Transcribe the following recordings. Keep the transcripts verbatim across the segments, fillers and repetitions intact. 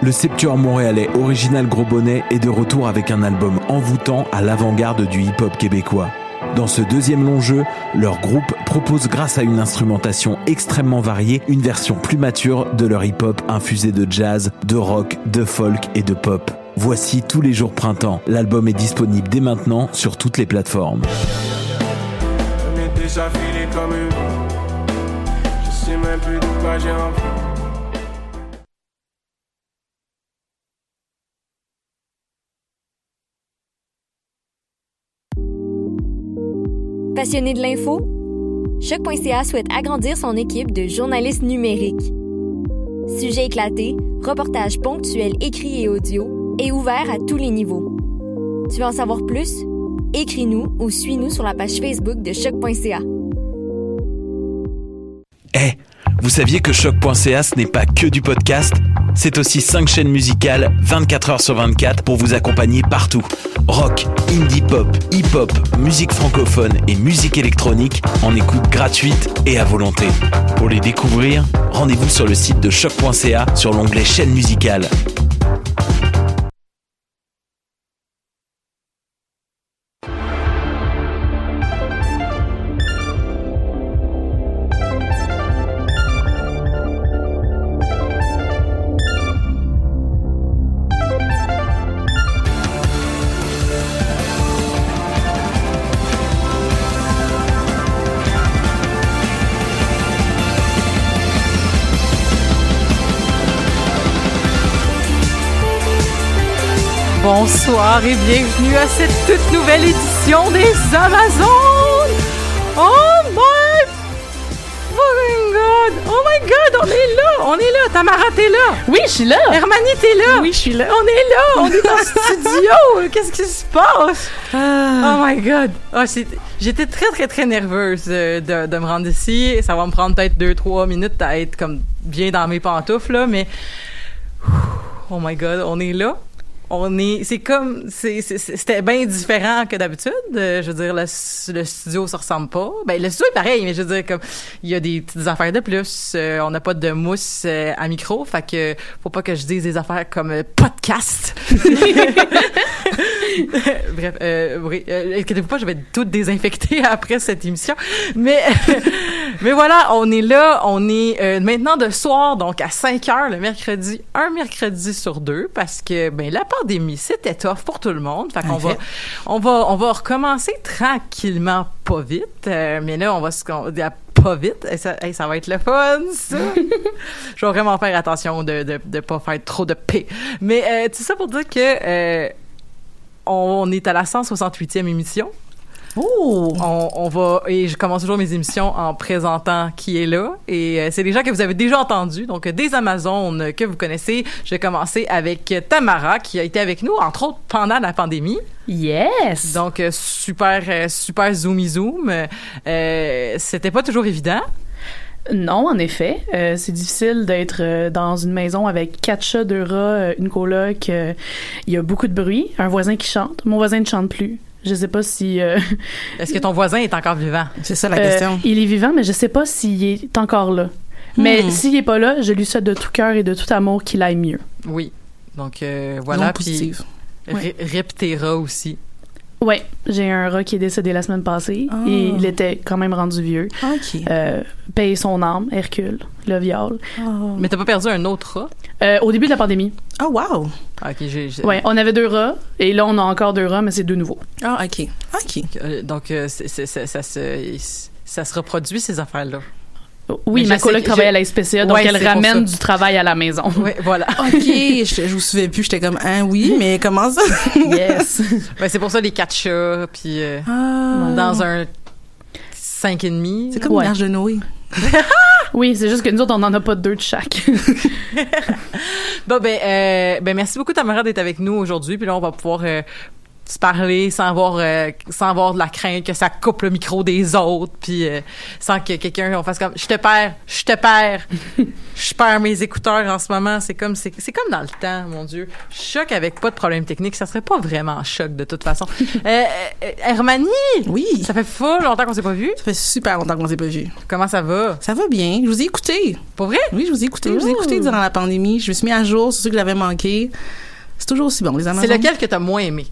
le septuor montréalais Original Gros Bonnet est de retour avec un album envoûtant à l'avant-garde du hip-hop québécois. Dans ce deuxième long jeu, leur groupe propose grâce à une instrumentation extrêmement variée, une version plus mature de leur hip-hop infusé de jazz, de rock, de folk et de pop. Voici Tous les jours printemps. L'album est disponible dès maintenant sur toutes les plateformes. On est déjà filé comme une... Je sais même plus de quoi j'ai envie. Passionné de l'info? Choc point c a souhaite agrandir son équipe de journalistes numériques. Sujets éclatés, reportages ponctuels écrits et audio, et ouverts à tous les niveaux. Tu veux en savoir plus? Écris-nous ou suis-nous sur la page Facebook de choc point c a. Eh, hey, vous saviez que choc point c a ce n'est pas que du podcast? C'est aussi cinq chaînes musicales vingt-quatre heures sur vingt-quatre pour vous accompagner partout. Rock, indie pop, hip-hop, musique francophone et musique électronique en écoute gratuite et à volonté. Pour les découvrir, rendez-vous sur le site de choc point c a sur l'onglet chaîne musicale. Bonsoir et bienvenue à cette toute nouvelle édition des Amazones! Oh my fucking god! Oh my god, on est là! On est là! Tamara, t'es là! Oui, je suis là! Hermanie, t'es là! Oui, je suis là! On est là! On est en studio! Qu'est-ce qui se passe? Ah. Oh my god! Oh, j'étais très très très nerveuse de, de, de me rendre ici. Ça va me prendre peut-être deux trois minutes à être comme bien dans mes pantoufles, là, mais... Oh my god, on est là! On est, c'est comme, c'est, c'est, c'était bien différent que d'habitude. Euh, je veux dire, le, le studio se ressemble pas. Ben, le studio est pareil, mais je veux dire, comme, il y a des petites affaires de plus. Euh, on n'a pas de mousse euh, à micro, fait que faut pas que je dise des affaires comme euh, podcast. Bref, euh, oui, euh, inquiétez-vous pas, je vais tout désinfecter après cette émission. Mais, mais voilà, on est là, on est euh, maintenant de soir, donc à cinq heures le mercredi, un mercredi sur deux, parce que, ben, la pandémie, c'était tough pour tout le monde. Fait qu'on va, on va, on va recommencer tranquillement, pas vite. Euh, mais là, on va se, on, pas vite. Et ça, hey, ça va être le fun, ça. Je vais vraiment faire attention de, de, de pas faire trop de P. Mais, euh, tout ça pour dire que, euh, on est à la cent soixante-huitième émission. Oh! On, on va, et je commence toujours mes émissions en présentant qui est là. Et euh, c'est des gens que vous avez déjà entendus, donc euh, des Amazones que vous connaissez. Je vais commencer avec Tamara, qui a été avec nous, entre autres, pendant la pandémie. Yes! Donc, euh, super, euh, super zoomy zoom. Euh, c'était pas toujours évident. Non, en effet. Euh, c'est difficile d'être euh, dans une maison avec quatre chats, deux rats, euh, une coloc. Euh, il y a beaucoup de bruit. Un voisin qui chante. Mon voisin ne chante plus. Je sais pas si... Euh... Est-ce que ton voisin est encore vivant? C'est ça la euh, question. Il est vivant, mais je sais pas s'il est encore là. Hmm. Mais s'il est pas là, je lui souhaite de tout cœur et de tout amour qu'il aille mieux. Oui. Donc, euh, voilà. Puis ouais. Rip tes rats aussi. Oui, j'ai un rat qui est décédé la semaine passée oh. et il était quand même rendu vieux. OK. Euh, paye son âme, Hercule, le viol. Oh. Mais t'as pas perdu un autre rat? Euh, au début de la pandémie. Oh, wow! OK, j'ai... j'ai... Ouais, on avait deux rats et là, on a encore deux rats, mais c'est deux nouveaux. Ah, OK. OK. Euh, donc, euh, c'est, c'est, c'est, ça, se, ça se reproduit, ces affaires-là. Oui, mais ma coloc que, travaille je... à la S P C A, donc ouais, elle ramène du travail à la maison. Oui, voilà. OK, je, je vous souviens plus, j'étais comme, hein, oui, mais comment ça? Yes. Ben, c'est pour ça les quatre chats, puis euh, ah. dans un cinq et demi. C'est comme ouais. une arche de Noé. Oui, c'est juste que nous autres, on n'en a pas deux de chaque. Bon, ben, euh, ben, merci beaucoup, Tamara, d'être avec nous aujourd'hui, puis là, on va pouvoir... Euh, se parler sans avoir euh, sans avoir de la crainte que ça coupe le micro des autres, puis euh, sans que quelqu'un on fasse comme je te perds, je te perds, je perds mes écouteurs en ce moment. C'est comme c'est c'est comme dans le temps, mon Dieu. Choc avec pas de problème technique, ça serait pas vraiment choc de toute façon. euh, euh, Hermanie, Oui. ça fait full longtemps qu'on s'est pas vu. Ça fait super longtemps qu'on s'est pas vu. Comment ça va? Ça va bien. Je vous ai écouté. Pour vrai? Oui, je vous ai écouté. Je vous ai écouté durant la pandémie. Je me suis mis à jour sur ceux que j'avais manqué. C'est toujours aussi bon, les Amazones. C'est lequel que t'as moins aimé?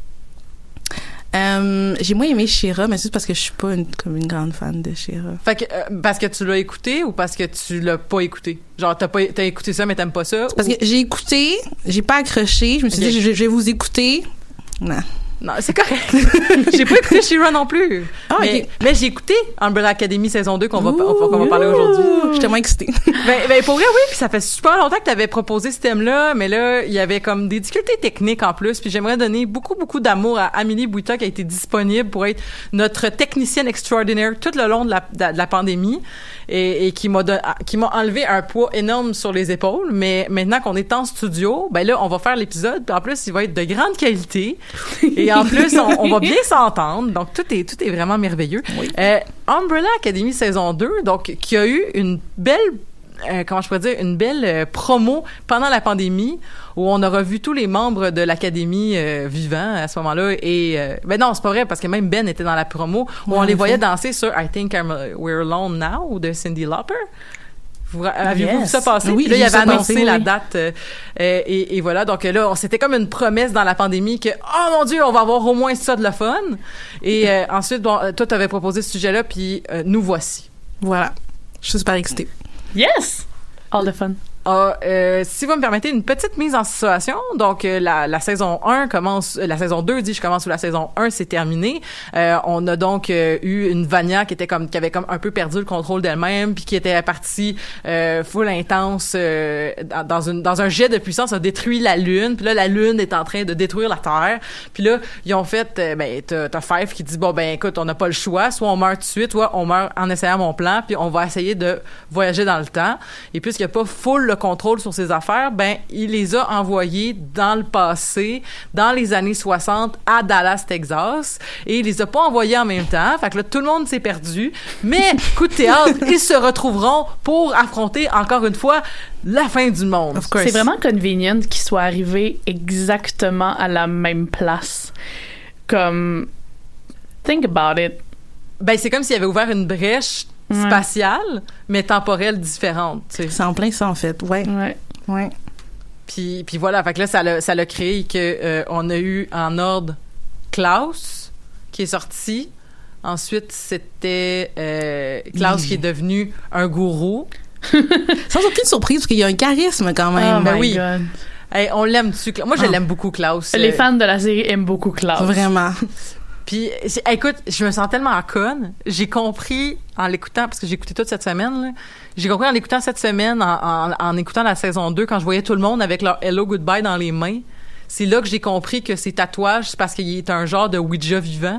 Euh, j'ai moins aimé She-Ra, mais c'est juste parce que je suis pas une, comme une grande fan de She-Ra. Fait que, euh, parce que tu l'as écouté ou parce que tu l'as pas écouté? Genre, t'as pas, t'as écouté ça, mais t'aimes pas ça? Parce ou... que j'ai écouté, j'ai pas accroché, je me suis Okay. dit, je, je vais vous écouter. Non. Non, c'est correct. J'ai pas écouté She-Ra non plus. Ah, mais, ok. mais j'ai écouté Umbrella Academy saison deux qu'on va, Ouh, qu'on va parler aujourd'hui. Je suis tellement excitée. Ben, ben, pour vrai, oui, puis ça fait super longtemps que tu avais proposé ce thème-là, mais là, il y avait comme des difficultés techniques en plus, puis j'aimerais donner beaucoup, beaucoup d'amour à Amélie Bouita qui a été disponible pour être notre technicienne extraordinaire tout le long de la, de, de la pandémie et, et qui m'a don- qui m'a enlevé un poids énorme sur les épaules, mais maintenant qu'on est en studio, ben là, on va faire l'épisode, puis en plus, il va être de grande qualité, et en plus, on, on va bien s'entendre, donc tout est, tout est vraiment merveilleux. Oui. Euh, Umbrella Academy saison deux, donc, qui a eu une belle Euh, comment je pourrais dire, une belle euh, promo pendant la pandémie où on a revu tous les membres de l'académie euh, vivants à ce moment-là et euh, ben non, c'est pas vrai parce que même Ben était dans la promo où Ouais, on les en voyait fait. danser sur I Think I'm, We're Alone Now de Cyndi Lauper. Vous, aviez-vous Yes. vu ça passer? Oui, Puis là, il j'ai avait vu ça annoncé passer, la oui. date euh, euh, et, et voilà. Donc là, on- c'était comme une promesse dans la pandémie que, oh mon Dieu, on va avoir au moins ça de la fun. Et euh, ensuite, bon, euh, toi, t'avais proposé ce sujet-là, puis euh, nous voici. Voilà. Je suis super excitée. Yes! All the fun. Ah, euh, si vous me permettez une petite mise en situation, donc euh, la, la saison un commence, euh, la saison deux dit je commence où la saison un c'est terminé. Euh, on a donc euh, eu une Vanya qui était comme qui avait comme un peu perdu le contrôle d'elle-même puis qui était partie euh, full intense euh, dans, dans une dans un jet de puissance a détruit la lune. Puis là la lune est en train de détruire la Terre. Puis là ils ont fait euh, ben t'as, t'as Five qui dit bon ben écoute on n'a pas le choix, soit on meurt tout de suite, soit on meurt en essayant mon plan, puis on va essayer de voyager dans le temps. Et puisqu'il n'y a pas full le contrôle sur ses affaires, ben il les a envoyés dans le passé, dans les années soixante à Dallas, Texas, et il les a pas envoyés en même temps. Fait que là tout le monde s'est perdu. Mais coup de théâtre, ils se retrouveront pour affronter encore une fois la fin du monde. Of course. C'est vraiment convenient qu'ils soient arrivés exactement à la même place. Comme, think about it. Ben c'est comme s'il avait ouvert une brèche Ouais. spatiale, mais temporelle différente. Tu sais. C'est en plein ça, en fait. Ouais. Ouais. Ouais. Puis, puis voilà, fait que là, ça l'a, ça l'a créé que euh, on a eu en ordre Klaus, qui est sorti. Ensuite, c'était euh, Klaus Mm. qui est devenu un gourou. Sans aucune surprise, parce qu'il y a un charisme quand même. Oh ben my oui. God. Hey, on l'aime dessus. Moi, je Ah. l'aime beaucoup, Klaus. Les Euh, fans de la série aiment beaucoup Klaus. Vraiment. Puis, c'est- écoute, je me sens tellement conne. J'ai compris en l'écoutant, parce que j'ai écouté toute cette semaine, là, j'ai compris en l'écoutant cette semaine, en, en, en écoutant la saison deux, quand je voyais tout le monde avec leur Hello Goodbye dans les mains, c'est là que j'ai compris que ces tatouages, c'est parce qu'il est un genre de Ouija vivant.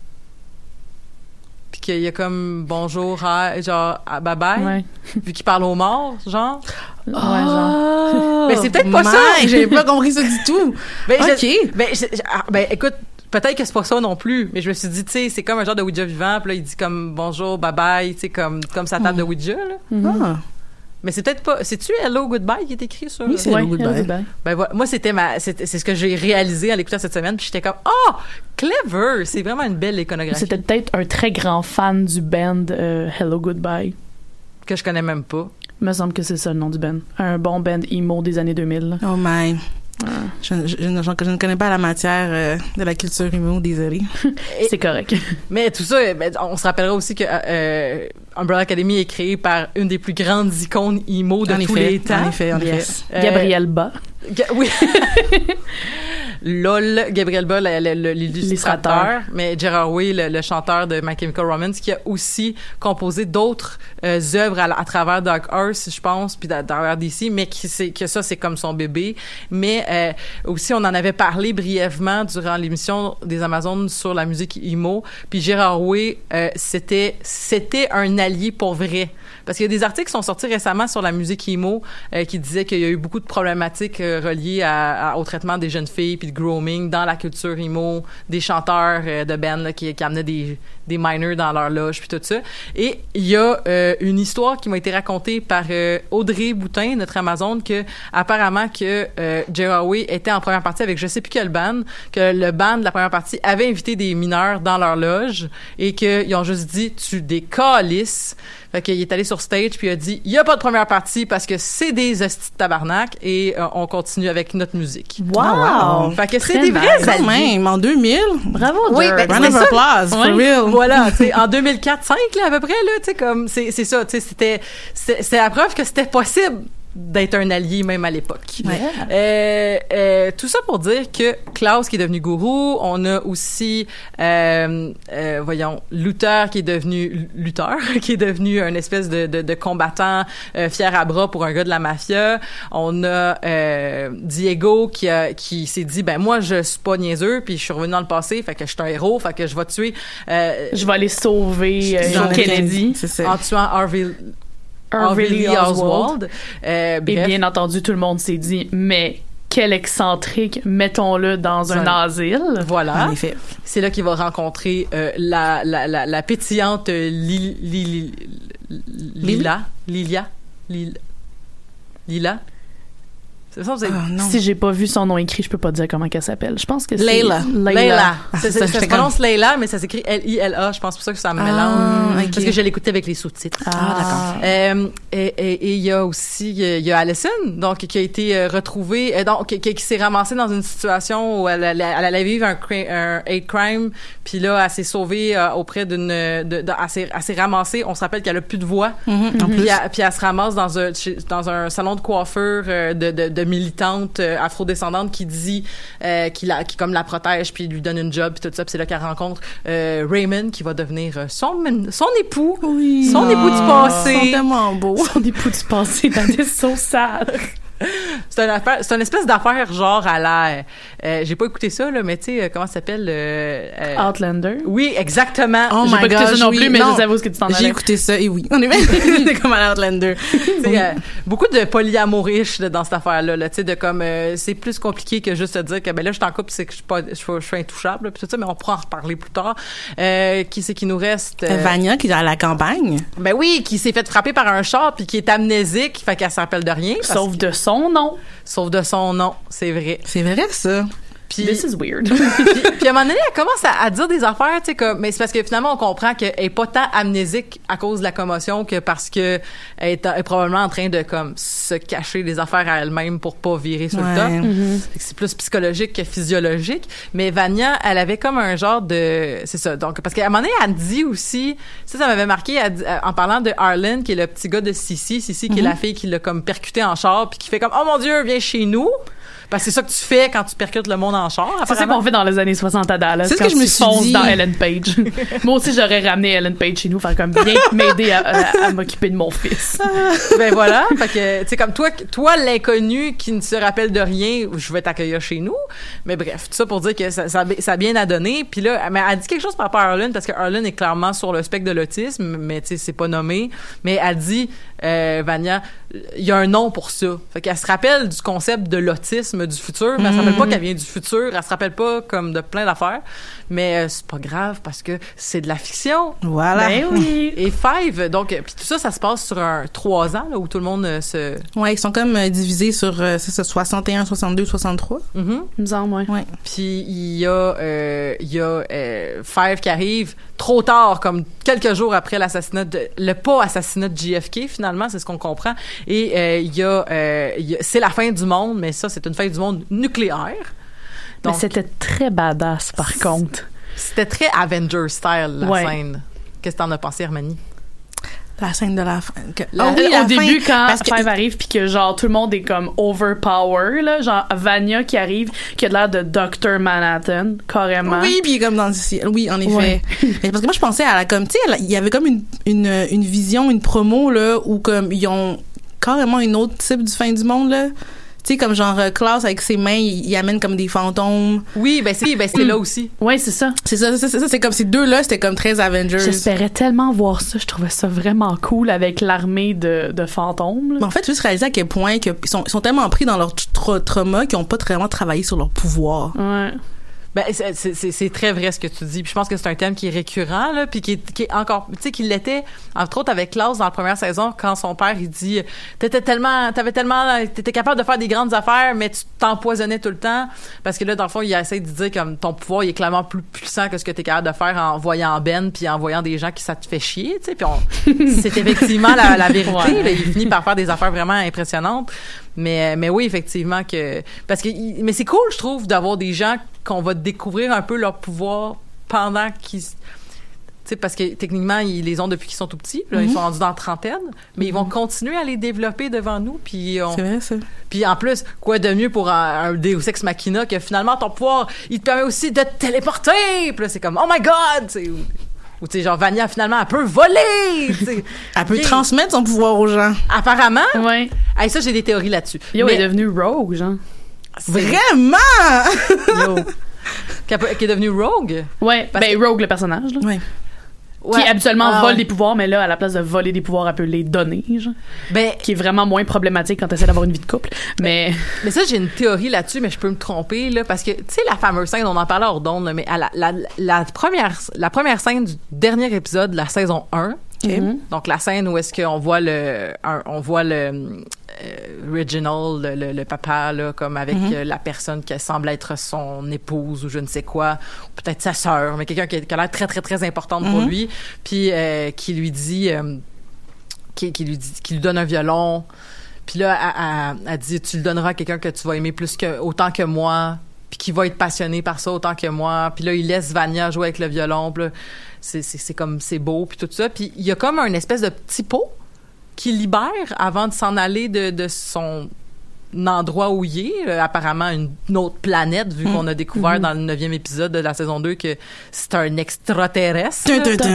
Puis qu'il y a comme bonjour, hi, genre ah, bye bye, Ouais. vu qu'il parle aux morts, genre. Ouais, genre. Oh, Mais c'est peut-être pas ça. my, J'avais pas compris ça du tout. Ben, je- OK. ben, je- je- ah, ben, écoute, peut-être que c'est pas ça non plus, mais je me suis dit, tu sais, c'est comme un genre de Ouija vivant, puis là, il dit comme bonjour, bye bye, tu sais, comme, comme sa table de Ouija, là. Ah. Mais c'est peut-être pas. C'est-tu Hello Goodbye qui est écrit sur. Oui, c'est Ouais, Hello Goodbye. Hello Goodbye. Ben voilà, moi c'était ma, c'est, c'est ce que j'ai réalisé en l'écoutant cette semaine, puis j'étais comme oh clever, c'est vraiment une belle iconographie C'était peut-être un très grand fan du band euh, Hello Goodbye. que je connais même pas. Il me semble que c'est ça le nom du band. Un bon band emo des années deux mille. Oh my. Je, je, je, je ne connais pas la matière euh, de la culture humour, désolée. Et- C'est correct. Mais tout ça, ben, on se rappellera aussi que euh, Umbrella Academy est créé par une des plus grandes icônes emo de En tous effet, les temps. en effet, en Yes. Euh, Gabriel Ba. Ga- oui. Lol, Gabriel Ball, le- le- le- l'illustrateur, L'illustrateur. mais Gerard Way, le, le chanteur de My Chemical Romance, qui a aussi composé d'autres euh, œuvres à, à travers Dark Horse, je pense, puis derrière D C, mais qui c'est que ça c'est comme son bébé. Mais euh, aussi on en avait parlé brièvement durant l'émission des Amazones sur la musique emo. Puis Gerard Way, euh, c'était c'était un allié pour vrai. Parce qu'il y a des articles qui sont sortis récemment sur la musique emo euh, qui disaient qu'il y a eu beaucoup de problématiques euh, reliées à, à- au traitement des jeunes filles puis grooming dans la culture emo, des chanteurs euh, de band là, qui, qui amenaient des, des minors dans leur loge, puis tout ça. Et il y a euh, une histoire qui m'a été racontée par euh, Audrey Boutin, notre Amazon, que apparemment que euh, Jay Howe était en première partie avec je sais plus quel band, que le band de la première partie avait invité des mineurs dans leur loge et qu'ils ont juste dit « tu décalisses ». Fait qu'il est allé sur stage puis il a dit « il y a pas de première partie parce que c'est des hosties de tabarnak et euh, on continue avec notre musique ». Wow! Fait que c'est Très des vrais nice. alliés. Quand même, en deux mille. Bravo, Oui, Jer. ben, Round c'est of ça. applause, for Ouais. real. Voilà, tu sais, en deux mille quatre cinq là, à peu près, là, tu sais, comme, c'est, c'est ça, tu sais, c'était, c'est, c'est la preuve que c'était possible d'être un allié même à l'époque. Ouais. Euh, euh, tout ça pour dire que Klaus qui est devenu gourou, on a aussi, euh, euh, voyons, Luther qui est devenu Luther, qui est devenu un espèce de, de, de combattant euh, fier à bras pour un gars de la mafia. On a euh, Diego qui a, qui s'est dit ben moi je suis pas niaiseux puis je suis revenu dans le passé, fait que je suis un héros, fait que je vais tuer. Euh, Je vais aller sauver euh, John F. Kennedy. C'est ça. en tuant Harvey. Harvey Lee Oswald. Oswald. Euh, Et bref. bien entendu, tout le monde s'est dit, mais quel excentrique, mettons-le dans un Un- asile. Voilà. En effet. C'est là qu'il va rencontrer euh, la, la, la, la pétillante euh, Li- Li- Li- Lila. Lilia. Lila. Lila. C'est ça, vous avez... Ah, non. Si j'ai pas vu son nom écrit, je peux pas dire comment qu'elle s'appelle. Je pense que c'est Layla. Layla. Ah, Ça, c'est ça, ça, ça se j'étais prononce Layla, mais ça s'écrit L I L A. Je pense pour ça que ça me mélange. Ah, ok. Parce que je l'écoutais avec les sous-titres. Ah, d'accord. Euh, et et- et il y a aussi il y a Allison donc qui a été euh, retrouvée euh, donc qui, qui, qui s'est ramassée dans une situation où elle allait, elle allait vivre un, cri- un hate crime puis là elle s'est sauvée euh, auprès d'une de, de, elle, s'est, elle s'est ramassée, on se rappelle qu'elle a plus de voix. Mhm, en Puis plus. elle, puis elle se ramasse dans un chez- dans un salon de coiffure euh, de, de, de militantes euh, afrodescendantes qui dit euh, qui la qui comme la protège puis lui donne une job puis tout ça, puis c'est là qu'elle rencontre euh, Raymond qui va devenir euh, son son époux. Oui. Son époux du passé. Ils sont tellement beaux. Son époux du passé, that is so sad. C'est une affaire, c'est une espèce d'affaire genre à la euh, j'ai pas écouté ça là, mais tu sais euh, comment ça s'appelle euh, euh, Outlander. oui, exactement. Oh J'ai my pas écouté gosh, ça non oui. plus, mais Non. je savais où ce que tu t'en J'ai allais. écouté ça et oui. On est c'est comme à Outlander. Tu sais, euh, beaucoup de polyamouriches là, dans cette affaire-là, là, tu sais, de comme euh, c'est plus compliqué que juste de dire que ben là je suis en couple, c'est que je suis pas, je suis, je suis intouchable, là, puis tout ça, mais on pourra en reparler plus tard. Euh, qui c'est qui nous reste euh, Vania qui est à la campagne. Ben oui, qui s'est fait frapper par un char puis qui est amnésique, fait qu'elle se rappelle de rien. parce Sauf que- de son nom. sauf de son nom, c'est vrai. C'est vrai, ça. Puis This is weird. puis, puis à un moment donné, elle commence à, à dire des affaires, tu sais, comme, mais c'est parce que finalement, on comprend qu'elle est pas tant amnésique à cause de la commotion que parce que elle est, elle est probablement en train de, comme, se cacher des affaires à elle-même pour pas virer sur Ouais. le top. Mhm. Fait que c'est plus psychologique que physiologique. Mais Vania, elle avait comme un genre de, c'est ça. Donc, parce qu'à un moment donné, elle dit aussi, ça, ça m'avait marqué, elle dit- en parlant de Arlen, qui est le petit gars de Sissi, Sissi, qui est la fille qui l'a comme percuté en char puis qui fait comme, oh mon Dieu, viens chez nous. Parce que c'est ça que tu fais quand tu percutes le monde en char. C'est ça apparemment. qu'on fait dans les années soixante à Dallas. C'est ce quand que je me tu suis fonces dit. dans Ellen Page. Moi aussi, j'aurais ramené Ellen Page chez nous, faire comme viens m'aider à, à- à m'occuper de mon fils. Ben voilà, fait que tu sais comme toi toi l'inconnu qui ne se rappelle de rien, je vais t'accueillir chez nous. Mais bref, tout ça pour dire que ça ça, ça a bien à donner. Puis là, mais elle dit quelque chose par rapport à Arlen parce que Arlen est clairement sur le spectre de l'autisme, mais tu sais c'est pas nommé, mais elle dit euh, Vania, il y a un nom pour ça. Fait qu'elle se rappelle du concept de l'autisme du futur, mais elle se rappelle pas qu'elle vient du futur, elle se rappelle pas comme de plein d'affaires, mais euh, c'est pas grave parce que c'est de la fiction. Voilà. Ben oui. Et Five, donc, euh, puis tout ça, ça se passe sur un trois ans, là, où tout le monde euh, se... Ouais, ils sont comme euh, divisés sur euh, c'est ça, soixante et un, soixante-deux, soixante-trois. Mhm. Il me semble, ouais. Ouais. Puis il y a, euh, il y a euh, Five qui arrive trop tard, comme quelques jours après l'assassinat de... Le pas assassinat de J F K, finalement, c'est ce qu'on comprend. Et euh, il y a... euh, il y a c'est la fin du monde, mais ça, c'est une fin du monde nucléaire. Mais Donc, c'était très badass, par contre. c'était très Avenger style, la Ouais. scène. Qu'est-ce que t'en as pensé, Hermione? La scène de la fin. que- La- Ah oui, Au la début, fin, quand parce que- Five arrive, puis que genre tout le monde est comme overpower, là, genre Vania qui arrive, qui a l'air de docteur Manhattan, carrément. Oui, puis comme dans le ciel. Oui, en effet. Ouais. Mais parce que moi, je pensais à la, comme, tu sais, elle- il y avait comme une, une, une vision, une promo, là, où comme, ils ont carrément une autre type du fin du monde, là. Tu sais, comme genre, euh, Klaus, avec ses mains, il, il amène comme des fantômes. Oui, ben c'est, ben c'est là aussi. Ouais, c'est ça. C'est ça, c'est ça, c'est ça. C'est comme ces deux-là, c'était comme très Avengers. J'espérais tellement voir ça. Je trouvais ça vraiment cool avec l'armée de, de fantômes. Là. Mais en fait, juste réaliser à quel point que, ils, sont, ils sont tellement pris dans leur tra- trauma qu'ils n'ont pas vraiment travaillé sur leur pouvoir. Ouais. Ben c'est, c'est, c'est très vrai ce que tu dis. Puis je pense que c'est un thème qui est récurrent là, puis qui est, qui est encore, tu sais, qu'il l'était entre autres avec Klaus dans la première saison quand son père il dit, t'étais tellement, t'avais tellement, t'étais capable de faire des grandes affaires, mais tu t'empoisonnais tout le temps parce que là dans le fond il essaie de dire comme ton pouvoir il est clairement plus puissant que ce que t'es capable de faire en voyant Ben puis en voyant des gens qui ça te fait chier, tu sais. Puis on, c'est effectivement la, la vérité. Ouais. Là, il finit par faire des affaires vraiment impressionnantes. Mais, mais oui, effectivement que parce que mais c'est cool, je trouve, d'avoir des gens qu'on va découvrir un peu leur pouvoir pendant qu'ils, tu sais, parce que techniquement ils les ont depuis qu'ils sont tout petits, là, mm-hmm. ils sont rendus dans la trentaine, mais mm-hmm. ils vont continuer à les développer devant nous, puis on, c'est vrai ça. Puis en plus, quoi de mieux pour un, un Deus Ex Machina que finalement ton pouvoir, il te permet aussi de te téléporter, puis là c'est comme oh my god, tu sais. Ou tu sais genre Vanya finalement elle peut voler, tu sais. Elle peut et, transmettre son pouvoir aux gens. Apparemment. Ouais. Hey, ça j'ai des théories là-dessus. Yo, mais, elle est devenue rogue, genre. C'est... Vraiment. Yo. Qui, a, qui est devenue rogue. Ouais. Ben que... rogue le personnage là. Ouais. Qui ouais. habituellement ah, vole ouais. des pouvoirs, mais là, à la place de voler des pouvoirs, elle peut les donner, genre. Ben, qui est vraiment moins problématique quand tu essaies d'avoir une vie de couple. Mais, mais ça, j'ai une théorie là-dessus, mais je peux me tromper, là, parce que, tu sais, la fameuse scène, on en parlait hors d'onde, mais à la, la, la, première, la première scène du dernier épisode de la saison un, okay. mm-hmm. donc la scène où est-ce qu'on voit le, un, on voit le, euh, Reginald, le, le, le papa, là, comme avec mm-hmm. euh, la personne qui semble être son épouse ou je ne sais quoi, ou peut-être sa sœur, mais quelqu'un qui a, qui a l'air très, très, très importante mm-hmm. pour lui, puis euh, qui lui dit, euh, qui, qui lui dit, qui lui donne un violon, puis là, elle, elle, elle dit, tu le donneras à quelqu'un que tu vas aimer plus que, autant que moi, puis qui va être passionné par ça autant que moi, puis là, il laisse Vanya jouer avec le violon, puis là, c'est, c'est, c'est comme, c'est beau, puis tout ça, puis il y a comme un espèce de petit pot qui libère avant de s'en aller de, de son endroit où il est, euh, apparemment une, une autre planète, vu mmh. qu'on a découvert mmh. dans le neuvième épisode de la saison deux que c'est un extraterrestre.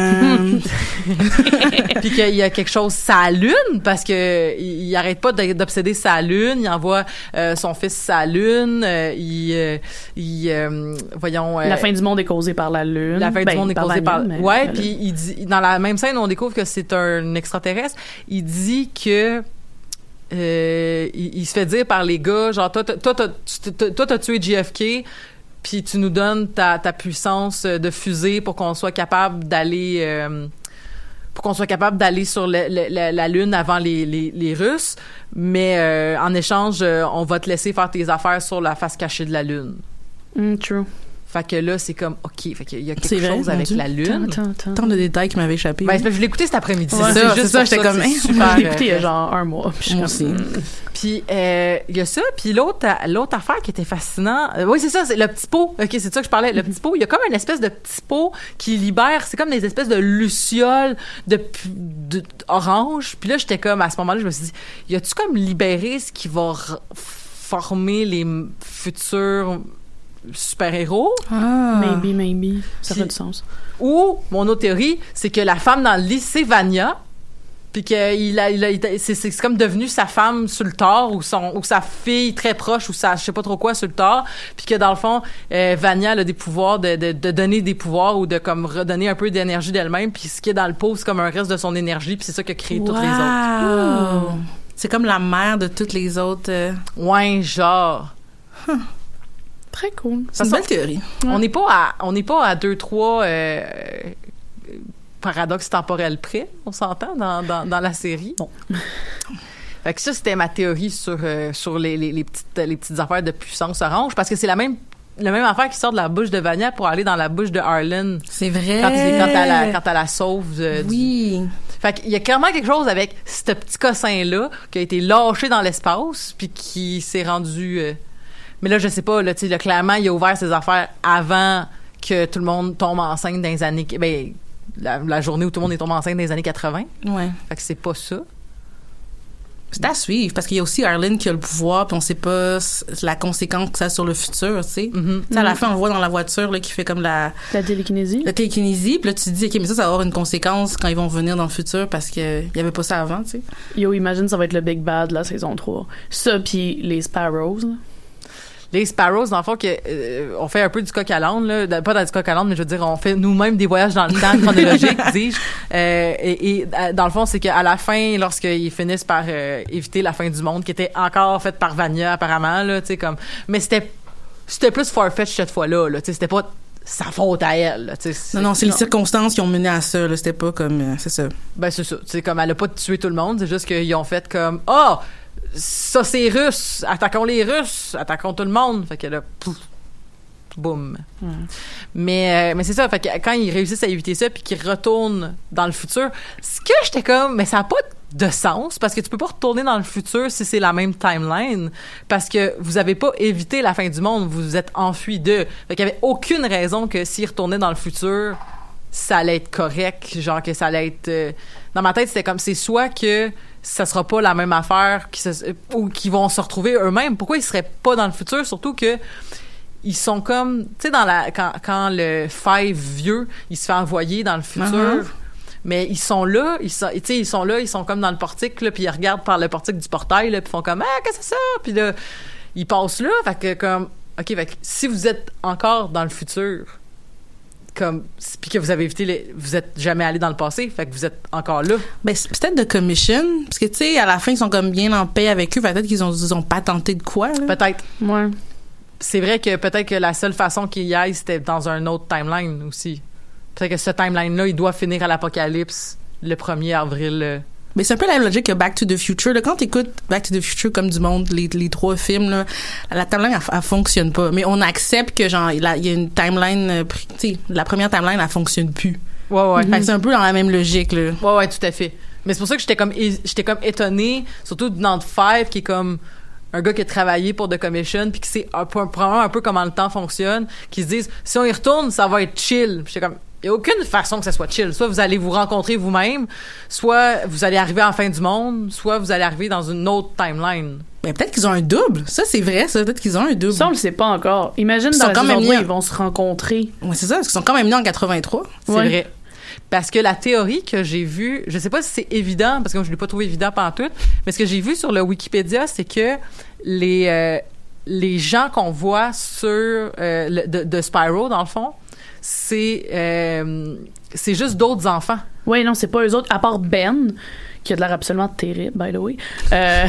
Puis qu'il y a quelque chose sa lune, parce que il, il arrête pas d'obséder sa lune, il envoie euh, son fils sa lune, euh, il, euh, il euh, voyons... Euh, la fin du monde est causée par la lune. La fin ben, du monde est causée par... Lune, ouais, puis il dit, dans la même scène où on découvre que c'est un extraterrestre, il dit que Euh, il, il se fait dire par les gars, genre, toi, toi, toi, toi, toi, t'as tué J F K, puis tu nous donnes ta, ta puissance de fusée pour qu'on soit capable d'aller, euh, pour qu'on soit capable d'aller sur le, le, la, la Lune avant les, les, les Russes, mais euh, en échange, euh, on va te laisser faire tes affaires sur la face cachée de la Lune. Mm, true. Fait que là, c'est comme, OK, fait qu'il y a quelque c'est chose vrai, avec Dieu. la Lune. Tant, tant, tant de détails qui m'avaient échappé. Ben, je l'ai écouté cet après-midi. Ouais, c'est, c'est c'est juste ça, j'étais ça, comme, c'est super, je l'ai écouté il y a genre un mois. Moi aussi. Puis, euh, il y a ça. Puis l'autre, l'autre affaire qui était fascinant, euh, oui, c'est ça, c'est le petit pot. OK, c'est ça que je parlais. Le petit pot, il y a comme une espèce de petit pot qui libère, c'est comme des espèces de lucioles de, de, de orange. Puis là, j'étais comme, à ce moment-là, je me suis dit, y a-tu comme libéré ce qui va r- former les futurs super-héros? Ah. Maybe, maybe. Ça Puis, fait du sens. Ou, mon autre théorie, c'est que la femme dans le lit, c'est Vanya, puis qu'il a, il a, il a, c'est, c'est comme devenu sa femme sur le tard, ou, son, ou sa fille très proche, ou sa, je sais pas trop quoi, sur le tard, puis que dans le fond, euh, Vanya, elle a des pouvoirs de, de, de donner des pouvoirs, ou de comme redonner un peu d'énergie d'elle-même, puis ce qui est dans le pot, c'est comme un reste de son énergie, puis c'est ça qui a créé wow. toutes les autres. Mmh. C'est comme la mère de toutes les autres. Euh... Ouais, genre. Huh. Très cool. C'est une belle théorie. On n'est pas à, on n'est pas à deux, trois euh, paradoxes temporels près, on s'entend, dans, dans, dans la série. Bon. Fait que ça, c'était ma théorie sur, euh, sur les, les, les, petites, les petites affaires de puissance orange, parce que c'est la même, la même affaire qui sort de la bouche de Vanya pour aller dans la bouche de Harlan. C'est vrai. Quand, quand, elle, la, quand elle la sauve. Euh, oui. Du... Fait qu'il y a clairement quelque chose avec ce petit cossin-là qui a été lâché dans l'espace, puis qui s'est rendu... Euh, mais là, je sais pas, là, tu sais, là, clairement, il a ouvert ses affaires avant que tout le monde tombe enceinte dans les années... Ben, la, la journée où tout le monde est tombé enceinte dans les années quatre-vingts. Ouais. Fait que c'est pas ça. C'est à suivre, parce qu'il y a aussi Arlen qui a le pouvoir, puis on sait pas la conséquence que ça a sur le futur, tu sais. Mm-hmm. Tu sais, à la fin, on le voit dans la voiture, là, qui fait comme la... La télékinésie. La télékinésie, puis là, tu te dis, OK, mais ça, ça va avoir une conséquence quand ils vont venir dans le futur, parce qu'il y avait pas ça avant, tu sais. Yo, imagine, ça va être le Big Bad de la saison trois. Ça, puis les Sparrows, là. Les Sparrows, dans le fond, que, euh, on fait un peu du coq à l'âne, là. Pas dans du coq à l'âne, mais je veux dire, on fait nous-mêmes des voyages dans le temps chronologiques, dis-je. Euh, et, et dans le fond, c'est qu'à la fin, lorsqu'ils finissent par euh, éviter la fin du monde, qui était encore faite par Vanya, apparemment, là, tu sais, comme... Mais c'était, c'était plus far-fetched cette fois-là, là, tu sais, c'était pas sa faute à elle, là, tu sais. Non, non, c'est les circonstances qui ont mené à ça, là. C'était pas comme... Euh, c'est ça. Ben, c'est ça. Tu sais, comme, elle a pas tué tout le monde, c'est juste qu'ils ont fait comme... Ah! Oh, ça, c'est russe. Attaquons les Russes. Attaquons tout le monde. Fait que là, pouf, boum. Mm. Mais, euh, mais c'est ça. Fait que quand ils réussissent à éviter ça puis qu'ils retournent dans le futur, ce que j'étais comme, mais ça n'a pas de sens parce que tu peux pas retourner dans le futur si c'est la même timeline parce que vous avez pas évité la fin du monde. Vous vous êtes enfui d'eux. Fait qu'il y avait aucune raison que s'ils retournaient dans le futur, ça allait être correct. Genre que ça allait être... Euh, dans ma tête, c'était comme, c'est soit que ça sera pas la même affaire qui se, ou qu'ils vont se retrouver eux-mêmes. Pourquoi ils seraient pas dans le futur? Surtout que ils sont comme, tu sais, dans la quand, quand le Five vieux, il se fait envoyer dans le futur, uh-huh. mais ils sont là, ils sont, tu sais, ils sont là, ils sont comme dans le portique, là, puis ils regardent par le portique du portail, là, puis font comme, ah, qu'est-ce que c'est ça? Puis là, ils passent là, fait que comme, ok, fait que si vous êtes encore dans le futur, comme puis que vous avez évité les, vous êtes jamais allé dans le passé, fait que vous êtes encore là. Ben c'est peut-être de commission parce que tu sais à la fin ils sont comme bien en paix avec eux, peut-être qu'ils ont ils ont patenté de quoi là. Peut-être. Ouais. C'est vrai que peut-être que la seule façon qu'il y aille c'était dans un autre timeline aussi. Peut-être que ce timeline là il doit finir à l'apocalypse le premier avril. Mais c'est un peu la même logique que Back to the Future. Là, quand t'écoutes Back to the Future comme du monde, les, les trois films, là, la timeline, elle, elle fonctionne pas. Mais on accepte que, genre, il y a une timeline, tu sais, la première timeline, elle fonctionne plus. Ouais, ouais. Fait que c'est un peu dans la même logique, là. Ouais, ouais, tout à fait. Mais c'est pour ça que j'étais comme, j'étais comme étonnée, surtout dans The Five, qui est comme un gars qui a travaillé pour The Commission, puis qui sait un peu, probablement un peu comment le temps fonctionne, qui se disent, si on y retourne, ça va être chill. Puis j'étais comme, il n'y a aucune façon que ça soit chill. Soit vous allez vous rencontrer vous-même, soit vous allez arriver à la fin du monde, soit vous allez arriver dans une autre timeline. Mais peut-être qu'ils ont un double. Ça, c'est vrai, ça. Peut-être qu'ils ont un double. Ça, on le sait pas encore. Imagine ils dans sont la quand saison même deux, nés. Ils vont se rencontrer. Oui, c'est ça, parce qu'ils sont quand même nés en quatre-vingt-trois. C'est ouais. vrai. Parce que la théorie que j'ai vue, je sais pas si c'est évident, parce que moi, je l'ai pas trouvé évident pantoute, mais ce que j'ai vu sur le Wikipédia, c'est que les, euh, les gens qu'on voit sur euh, le, de, de Spyro, dans le fond, c'est euh, c'est juste d'autres enfants. Oui, non, c'est pas eux autres, à part Ben, qui a de l'air absolument terrible, by the way. Euh,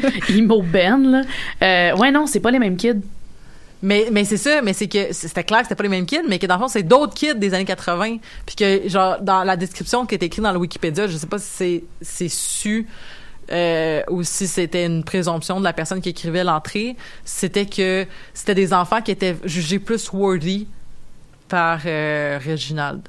Emo Ben, là. Euh, ouais, non, c'est pas les mêmes kids. Mais, mais c'est ça, mais c'est que c'était clair que c'était pas les mêmes kids, mais que dans le fond, c'est d'autres kids des années quatre-vingts. Puis que, genre, dans la description qui est écrite dans le Wikipédia, je sais pas si c'est, c'est su euh, ou si c'était une présomption de la personne qui écrivait l'entrée, c'était que c'était des enfants qui étaient jugés plus worthy par euh, Reginald.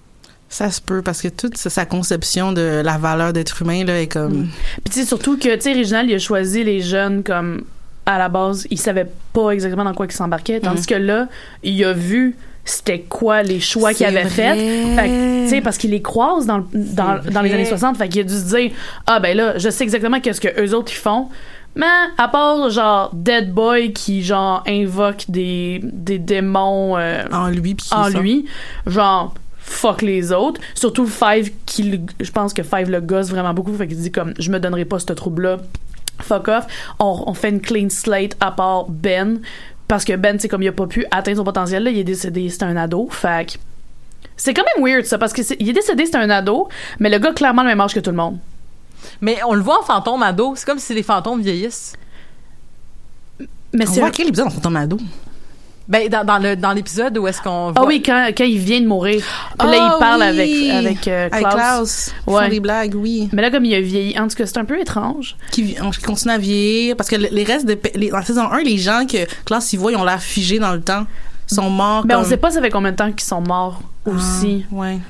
Ça se peut, parce que toute sa conception de la valeur d'être humain, là, est comme... Mm. Puis tu sais, surtout que, tu sais, Reginald, il a choisi les jeunes comme... À la base, il savait pas exactement dans quoi il s'embarquait, tandis mm. que là, il a vu c'était quoi les choix c'est qu'il avait faits. Fait que, tu sais, parce qu'il les croise dans, dans, dans les années soixante, fait qu'il a dû se dire, ah ben là, je sais exactement qu'est-ce que eux autres ils font. Mais à part genre Dead Boy qui genre invoque des des démons euh, en lui pis en lui, genre fuck les autres, surtout Five qui je pense que Five le gosse vraiment beaucoup, fait qu'il dit comme je me donnerai pas ce trouble là. Fuck off. On, on fait une clean slate à part Ben, parce que Ben, c'est comme il a pas pu atteindre son potentiel là, il est décédé, c'était un ado, fait que c'est quand même weird ça, parce que c'est, il est décédé, c'était un ado, mais le gars clairement le même âge que tout le monde. Mais on le voit en fantôme ado, c'est comme si les fantômes vieillissent. Mais on c'est voit un... quel épisode en fantôme ado? Ben dans, dans le dans l'épisode où est-ce qu'on voit... Ah oui, quand quand il vient de mourir. Puis là oh, il parle oui. avec avec euh, Klaus. Avec Klaus. Ouais. Font des blagues, oui. Mais là comme il a vieilli, en tout cas c'est un peu étrange. Qui, qui continue à vieillir, parce que les restes de les, dans la saison un, les gens que Klaus y voit, ils ont l'air figés dans le temps. Ils sont morts. Mais comme... on sait pas ça fait combien de temps qu'ils sont morts aussi. Ah, ouais.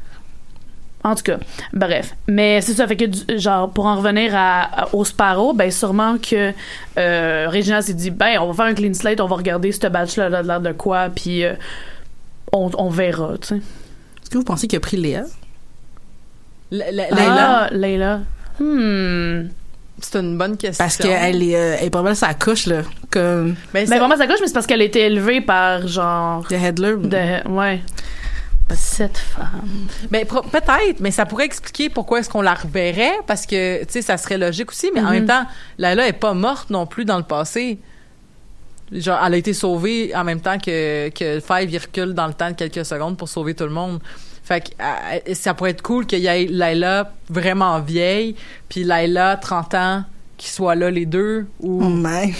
En tout cas, bref. Mais c'est ça, fait que, genre, pour en revenir à, à, au Sparrow, ben, sûrement que euh, Reginald s'est dit, ben, on va faire un clean slate, on va regarder ce batch-là, là, de l'air de quoi, puis euh, on, on verra, tu sais. Est-ce que vous pensez qu'il a pris Léa? L- L- Ah, Layla. Layla. Hmm. C'est une bonne question. Parce qu'elle est, euh, elle est pas mal sa couche, là. Comme. Mais ben, vraiment sa couche, mais c'est parce qu'elle a été élevée par, genre. The Headler. De, ouais. Cette femme. Ben, pro- peut-être, mais ça pourrait expliquer pourquoi est-ce qu'on la reverrait, parce que, tu sais, ça serait logique aussi, mais mm-hmm. en même temps, Layla est pas morte non plus dans le passé. Genre, elle a été sauvée en même temps que, que Five, il recule dans le temps de quelques secondes pour sauver tout le monde. Fait que euh, ça pourrait être cool qu'il y ait Layla vraiment vieille, puis Layla, trente ans, qui soient là les deux, ou... Oh my!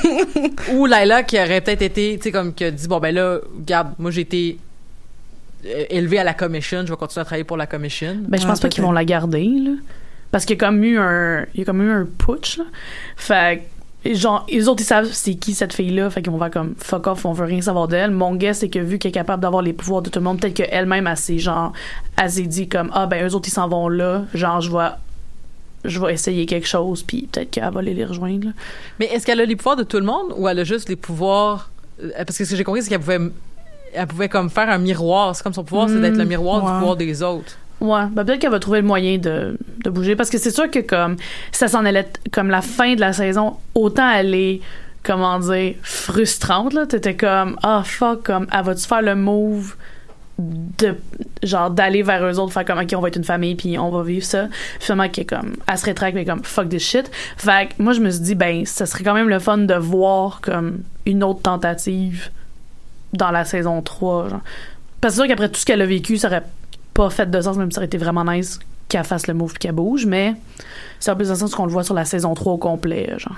ou Layla qui aurait peut-être été, tu sais, comme qui a dit, bon, ben là, regarde, moi, j'ai été euh, élevée à la commission, je vais continuer à travailler pour la commission. Ben, je pense ah, pas peut-être. qu'ils vont la garder, là. Parce qu'il y a comme eu un... Il y a comme eu un putsch, là. Fait genre, les autres, ils savent c'est qui cette fille-là, fait qu'ils vont faire comme fuck off, on veut rien savoir d'elle. Mon guess, c'est que vu qu'elle est capable d'avoir les pouvoirs de tout le monde, peut-être qu'elle-même, elle s'est genre, elle s'est dit comme, ah ben, eux autres, ils s'en vont là, genre, je vais, je vais essayer quelque chose, puis peut-être qu'elle va aller les rejoindre, là. Mais est-ce qu'elle a les pouvoirs de tout le monde, ou elle a juste les pouvoirs, parce que ce que j'ai compris, c'est qu'elle pouvait, elle pouvait comme faire un miroir, c'est comme son pouvoir, mmh, c'est d'être le miroir ouais. du pouvoir des autres. Ouais, ben peut-être qu'elle va trouver le moyen de, de bouger, parce que c'est sûr que comme ça s'en allait comme la fin de la saison, autant elle est, comment dire, frustrante, là, t'étais comme ah oh, fuck, comme elle va-tu faire le move de genre d'aller vers eux autres, faire comme ok on va être une famille puis on va vivre ça, finalement qu'elle comme elle se rétracte mais comme fuck this shit. Fait que moi je me suis dit ben ça serait quand même le fun de voir comme une autre tentative dans la saison trois, genre. Parce que c'est sûr qu'après tout ce qu'elle a vécu, ça aurait pas fait de sens, même si ça aurait été vraiment nice qu'elle fasse le move et qu'elle bouge, mais c'est un peu de sens qu'on le voit sur la saison trois au complet, genre.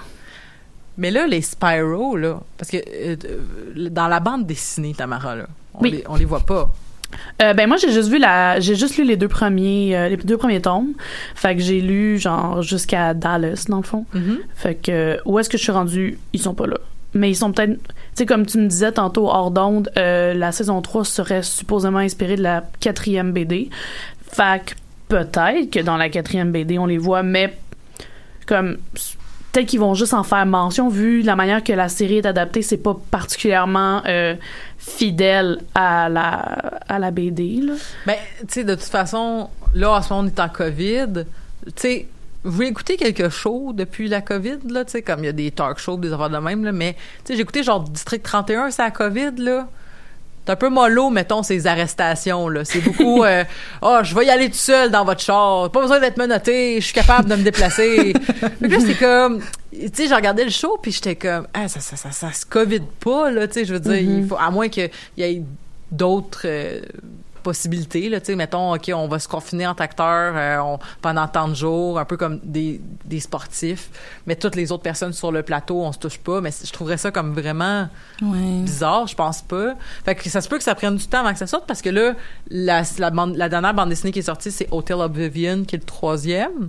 Mais là, les Spyro, là, parce que euh, dans la bande dessinée, Tamara, là, on, oui. les, on les voit pas. Euh, ben moi j'ai juste vu la j'ai juste lu les deux premiers euh, les deux premiers tomes, fait que j'ai lu genre jusqu'à Dallas dans le fond. Mm-hmm. Fait que où est-ce que je suis rendue, ils sont pas là, mais ils sont peut-être, tu sais, comme tu me disais tantôt hors d'onde, euh, la saison trois serait supposément inspirée de la quatrième B D. Fait que peut-être que dans la quatrième B D, on les voit, mais comme peut-être qu'ils vont juste en faire mention, vu la manière que la série est adaptée, c'est pas particulièrement euh, fidèle à la, à la B D, là. Ben, tu sais, de toute façon, là, en ce moment, on est en COVID. Tu sais, vous écoutez quelque chose depuis la COVID, là, tu sais, comme il y a des talk shows, des affaires de même, là, mais, tu sais, j'ai écouté genre District trente et un, c'est la COVID, là. C'est un peu mollo, mettons, ces arrestations, là. C'est beaucoup, euh, oh, je vais y aller tout seul dans votre char. Pas besoin d'être menotté. Je suis capable de me déplacer. Mais là, c'est comme, tu sais, j'ai regardé le show, puis j'étais comme, ah, ça, ça, ça, ça, ça se COVID pas, là, tu sais, je veux dire, mm-hmm. il faut, à moins qu'il y ait d'autres, euh, possibilités, là, tu sais, mettons, OK, on va se confiner en acteur euh, on, pendant tant de jours, un peu comme des, des sportifs, mais toutes les autres personnes sur le plateau, on se touche pas, mais je trouverais ça comme vraiment ouais. bizarre, je pense pas. Fait que ça se peut que ça prenne du temps avant que ça sorte, parce que là, la, la, bande, la dernière bande dessinée qui est sortie, c'est Hotel Oblivion, qui est le troisième.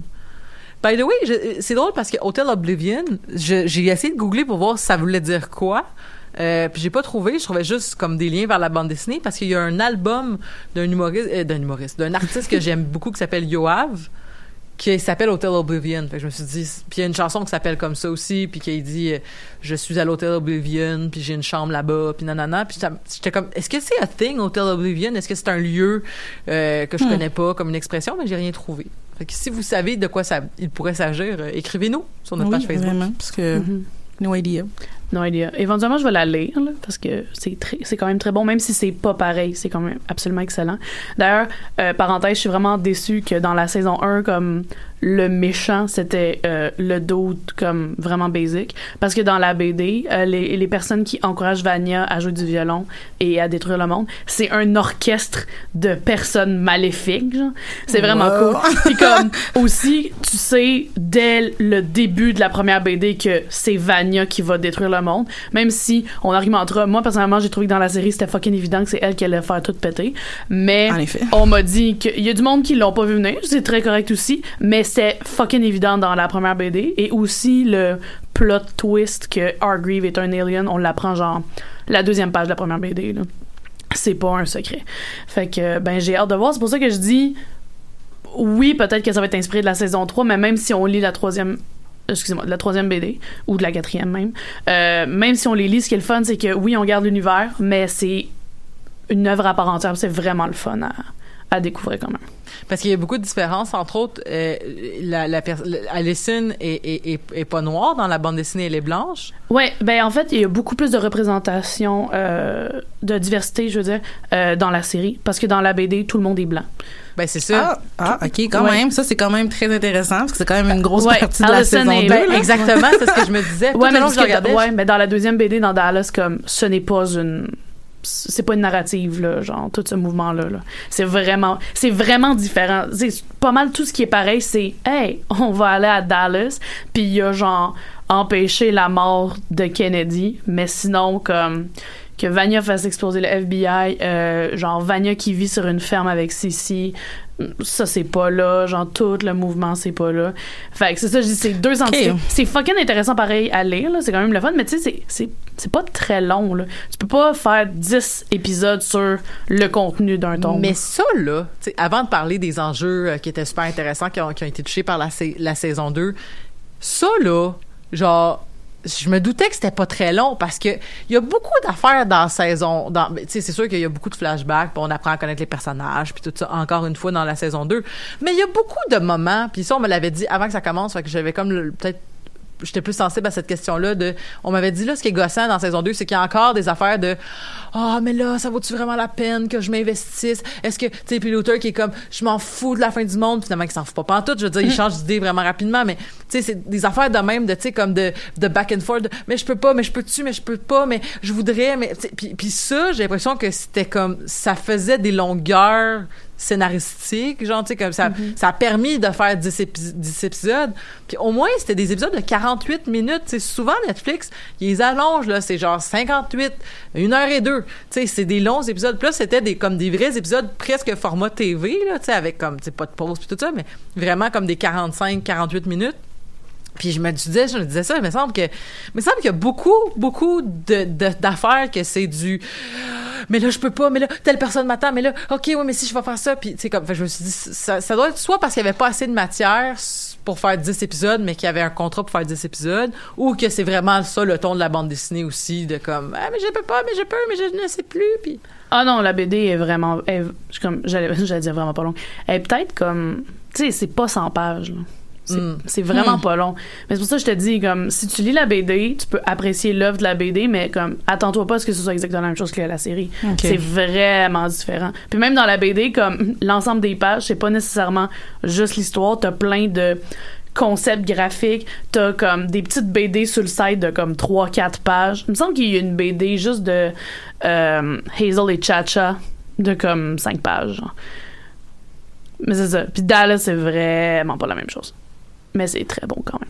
By the way, je, c'est drôle parce que Hotel Oblivion, je, j'ai essayé de googler pour voir si ça voulait dire quoi. Euh, puis j'ai pas trouvé, je trouvais juste comme des liens vers la bande dessinée, parce qu'il y a un album d'un humoriste, euh, d'un humoriste, d'un artiste que j'aime beaucoup qui s'appelle Yoav, qui s'appelle Hotel Oblivion. Fait que je me suis dit, puis il y a une chanson qui s'appelle comme ça aussi, puis qui dit euh, je suis à l'Hotel Oblivion, puis j'ai une chambre là-bas, puis nanana, puis j'étais comme, est-ce que c'est a thing Hotel Oblivion, est-ce que c'est un lieu euh, que je hmm. connais pas comme une expression, mais j'ai rien trouvé. Fait que si vous savez de quoi ça il pourrait s'agir, euh, écrivez-nous sur notre oui, page Facebook. Vraiment, parce que mm-hmm. no idea. No idea. Éventuellement, je vais la lire, là, parce que c'est très, c'est quand même très bon, même si c'est pas pareil, c'est quand même absolument excellent. D'ailleurs, euh, parenthèse, je suis vraiment déçue que dans la saison un, comme le méchant, c'était euh, le dude comme vraiment basic, parce que dans la B D, euh, les, les personnes qui encouragent Vanya à jouer du violon et à détruire le monde, c'est un orchestre de personnes maléfiques, genre. C'est vraiment wow. cool. Puis comme, aussi, tu sais, dès le début de la première B D que c'est Vanya qui va détruire le monde, même si on argumentera. Moi, personnellement, j'ai trouvé que dans la série, c'était fucking évident que c'est elle qui allait faire tout péter. Mais on m'a dit qu'il y a du monde qui l'ont pas vu venir. C'est très correct aussi. Mais c'est fucking évident dans la première B D. Et aussi le plot twist que Hargreave est un alien, on l'apprend genre la deuxième page de la première B D, là. C'est pas un secret. Fait que, ben, j'ai hâte de voir. C'est pour ça que je dis oui, peut-être que ça va être inspiré de la saison trois, mais même si on lit la troisième excusez-moi, de la troisième B D, ou de la quatrième même, euh, même si on les lit, ce qui est le fun, c'est que oui, on garde l'univers, mais c'est une œuvre à part entière, c'est vraiment le fun à, à découvrir quand même. Parce qu'il y a beaucoup de différences, entre autres, euh, la, la pers- Allison est, est, est, est pas noire dans la bande dessinée, elle est blanche. Ouais, ben en fait, il y a beaucoup plus de représentation, euh, de diversité, je veux dire, euh, dans la série, parce que dans la B D, tout le monde est blanc. Ben c'est ça. Ah, ah ok, quand ouais. même. Ça, c'est quand même très intéressant, parce que c'est quand même une grosse ouais, partie de Allison la saison est, deux. ben, là. Exactement, c'est ce que je me disais. Tout ouais, le mais, long que je que, regardais. ouais, mais dans la deuxième B D, dans Dallas, comme, ce n'est pas une... c'est pas une narrative là, genre tout ce mouvement là, là. c'est vraiment c'est vraiment différent, c'est pas mal tout ce qui est pareil, c'est hey on va aller à Dallas puis il y a genre empêcher la mort de Kennedy, mais sinon comme que Vanya fasse exploser le F B I, euh, genre Vanya qui vit sur une ferme avec Sissi, ça c'est pas là, genre tout le mouvement c'est pas là. Fait que c'est ça, je dis, c'est deux entités. Okay. C'est fucking intéressant pareil à lire, là, c'est quand même le fun, mais tu sais, c'est, c'est, c'est pas très long, là. Tu peux pas faire dix épisodes sur le contenu d'un tome. Mais ça, là, tu sais, avant de parler des enjeux euh, qui étaient super intéressants, qui ont, qui ont été touchés par la, la saison deux, ça, là, genre, je me doutais que c'était pas très long parce que il y a beaucoup d'affaires dans la saison. Dans, tu sais, c'est sûr qu'il y a beaucoup de flashbacks, puis on apprend à connaître les personnages, puis tout ça encore une fois dans la saison deux. Mais il y a beaucoup de moments, puis ça on me l'avait dit avant que ça commence, fait que j'avais comme le, peut-être j'étais plus sensible à cette question-là de, on m'avait dit là, ce qui est gossant dans saison deux, c'est qu'il y a encore des affaires de, ah, oh, mais là, ça vaut-tu vraiment la peine que je m'investisse? Est-ce que, tu sais, puis l'auteur qui est comme, je m'en fous de la fin du monde, finalement, qui s'en fout pas pantoute, je veux dire, il change d'idée vraiment rapidement, mais, tu sais, c'est des affaires de même, de, tu sais, comme de, de back and forth, de, mais je peux pas, mais je peux-tu, mais je peux pas, mais je voudrais, mais, puis, puis ça, j'ai l'impression que c'était comme, ça faisait des longueurs scénaristique, genre, tu sais, comme ça, mm-hmm. ça a permis de faire dix, épi- dix épisodes. Puis au moins, c'était des épisodes de quarante-huit minutes. Tu sais, souvent, Netflix, ils les allongent, là, c'est genre cinquante-huit, une heure et deux. Tu sais, c'est des longs épisodes. Puis là, c'était des, comme des vrais épisodes presque format T V, là, tu sais, avec comme, tu sais, pas de pause puis tout ça, mais vraiment comme des quarante-cinq, quarante-huit minutes. Puis je me disais, je me disais ça, il me semble que, il me semble qu'il y a beaucoup, beaucoup de, de, d'affaires que c'est du, mais là, je peux pas, mais là, telle personne m'attend, mais là, OK, oui, mais si je vais faire ça, puis tu sais, comme, je me suis dit, ça, ça doit être soit parce qu'il y avait pas assez de matière pour faire dix épisodes, mais qu'il y avait un contrat pour faire dix épisodes, ou que c'est vraiment ça, le ton de la bande dessinée aussi, de comme, ah, mais je peux pas, mais je peux, mais je ne sais plus, puis... Ah non, la B D est vraiment, elle, comme, j'allais, j'allais dire vraiment pas longue. Elle est peut-être comme, tu sais, c'est pas cent pages, là. C'est, mm. c'est vraiment mm. pas long. Mais c'est pour ça que je te dis, comme, si tu lis la B D, tu peux apprécier l'œuvre de la B D, mais comme, attends-toi pas à ce que ce soit exactement la même chose que la série. Okay. C'est vraiment différent. Puis même dans la B D, comme, l'ensemble des pages, c'est pas nécessairement juste l'histoire. T'as plein de concepts graphiques. T'as comme des petites B D sur le site de comme trois quatre pages. Il me semble qu'il y a une B D juste de euh, Hazel et Cha-Cha de comme cinq pages. Genre. Mais c'est ça. Puis Dallas, c'est vraiment pas la même chose. Mais c'est très bon quand même.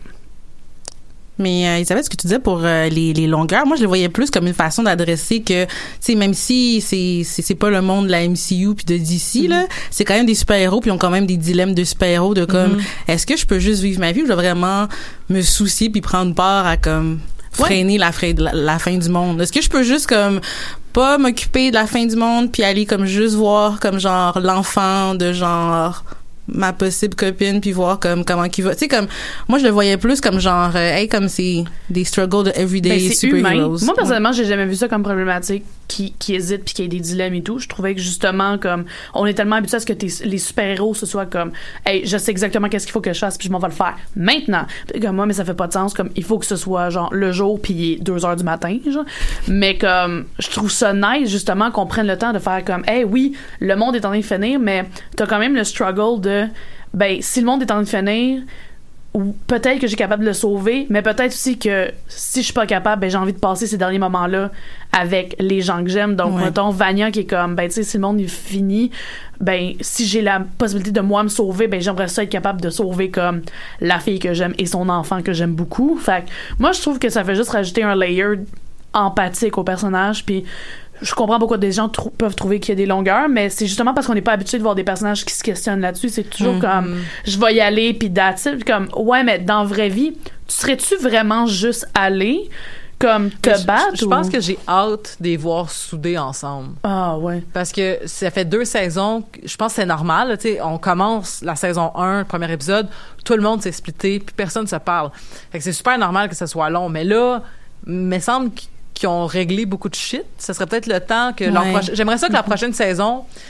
Mais euh, Isabelle, ce que tu disais pour euh, les, les longueurs, moi je le voyais plus comme une façon d'adresser que, tu sais, même si c'est, c'est c'est pas le monde de la M C U puis de D C, mm-hmm. là, c'est quand même des super-héros puis ils ont quand même des dilemmes de super-héros de comme, mm-hmm. est-ce que je peux juste vivre ma vie ou je dois vraiment me soucier puis prendre part à comme freiner ouais. la, fra- la, la fin du monde? Est-ce que je peux juste comme pas m'occuper de la fin du monde puis aller comme juste voir comme genre l'enfant de genre ma possible copine puis voir comme comment qu'il va, tu sais, comme moi je le voyais plus comme genre euh, hey, comme c'est des struggles de everyday ben, superheroes. Moi personnellement ouais. j'ai jamais vu ça comme problématique qui qui hésite puis qui a des dilemmes et tout. Je trouvais que justement comme on est tellement habitué à ce que t'es, les super-héros ce soit comme hey, je sais exactement qu'est-ce qu'il faut que je fasse puis je m'en vais le faire maintenant. Puis, comme moi mais ça fait pas de sens, comme il faut que ce soit genre le jour puis il est deux heures du matin genre. Mais comme je trouve ça nice justement qu'on prenne le temps de faire comme hey oui le monde est en train de finir mais t'as quand même le struggle de ben si le monde est en train de finir ou peut-être que j'ai capable de le sauver mais peut-être aussi que si je suis pas capable ben j'ai envie de passer ces derniers moments là avec les gens que j'aime donc ouais. mettons Vanya qui est comme ben tu sais si le monde est fini ben si j'ai la possibilité de moi me sauver ben j'aimerais ça être capable de sauver comme la fille que j'aime et son enfant que j'aime beaucoup. Fait que moi je trouve que ça fait juste rajouter un layer empathique au personnage puis je comprends pourquoi des gens tr- peuvent trouver qu'il y a des longueurs, mais c'est justement parce qu'on n'est pas habitué de voir des personnages qui se questionnent là-dessus. C'est toujours mm-hmm. comme, je vais y aller, puis that's it. Comme, ouais, mais dans la vraie vie, tu serais-tu vraiment juste allé, comme, te mais battre? Je, je, je pense que j'ai hâte de les voir soudés ensemble. Ah, ouais. Parce que ça fait deux saisons, je pense que c'est normal, tu sais, on commence la saison un, le premier épisode, tout le monde s'est splitté, puis personne ne se parle. Fait que c'est super normal que ça soit long, mais là, il me semble que qui ont réglé beaucoup de shit. Ce serait peut-être le temps que... Ouais. Leur proche... J'aimerais ça que la prochaine saison,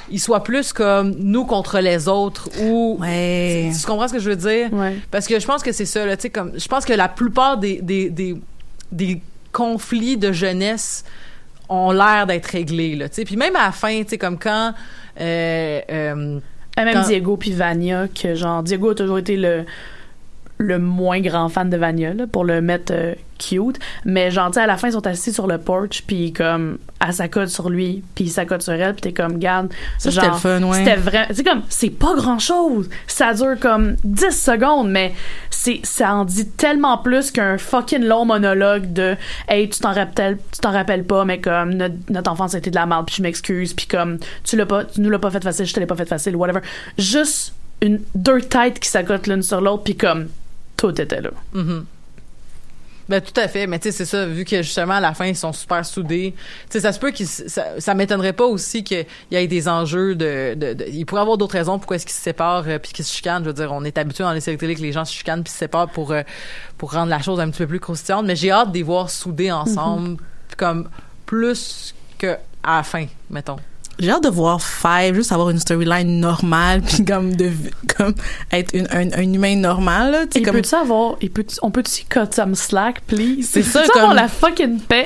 il soit plus comme nous contre les autres ou Ouais. tu, tu comprends ce que je veux dire? Ouais. Parce que je pense que c'est ça là, tu sais comme je pense que la plupart des des des, des conflits de jeunesse ont l'air d'être réglés là, tu sais. Puis même à la fin, tu sais comme quand euh, euh, Et même quand... Diego puis Vania, que genre Diego a toujours été le le moins grand fan de Vania là, pour le mettre euh, cute, mais genre tu sais à la fin ils sont assis sur le porch puis comme elle s'accote sur lui puis il s'accote sur elle puis t'es comme garde Ça, genre c'était le fun, ouais. c'était vrai, c'est comme c'est pas grand chose, ça dure comme dix secondes mais c'est ça en dit tellement plus qu'un fucking long monologue de hey tu t'en rappelles tu t'en rappelles pas mais comme notre, notre enfance a été de la merde puis je m'excuse puis comme tu l'as pas tu nous l'as pas fait facile je te l'ai pas fait facile whatever, juste une deux têtes qui s'accotent l'une sur l'autre puis comme tout était là. Mm-hmm. Ben tout à fait, mais tu sais c'est ça, vu que justement à la fin ils sont super soudés. Tu sais ça se peut qu'ils ça, ça m'étonnerait pas aussi qu'il y ait des enjeux de, de, de il pourrait y avoir d'autres raisons pourquoi est-ce qu'ils se séparent euh, puis qu'ils se chicanent. Je veux dire, on est habitué dans les séries télé que les gens se chicanent puis se séparent pour euh, pour rendre la chose un petit peu plus croustillante, mais j'ai hâte de les voir soudés ensemble, mm-hmm. comme plus que à la fin, mettons. J'ai hâte de voir Five, juste avoir une storyline normale, puis comme de comme être une, un, un humain normal. Là, il comme... peut-tu avoir, il peut on peut-tu cut some slack, please? C'est ça, comme avoir la fucking paix.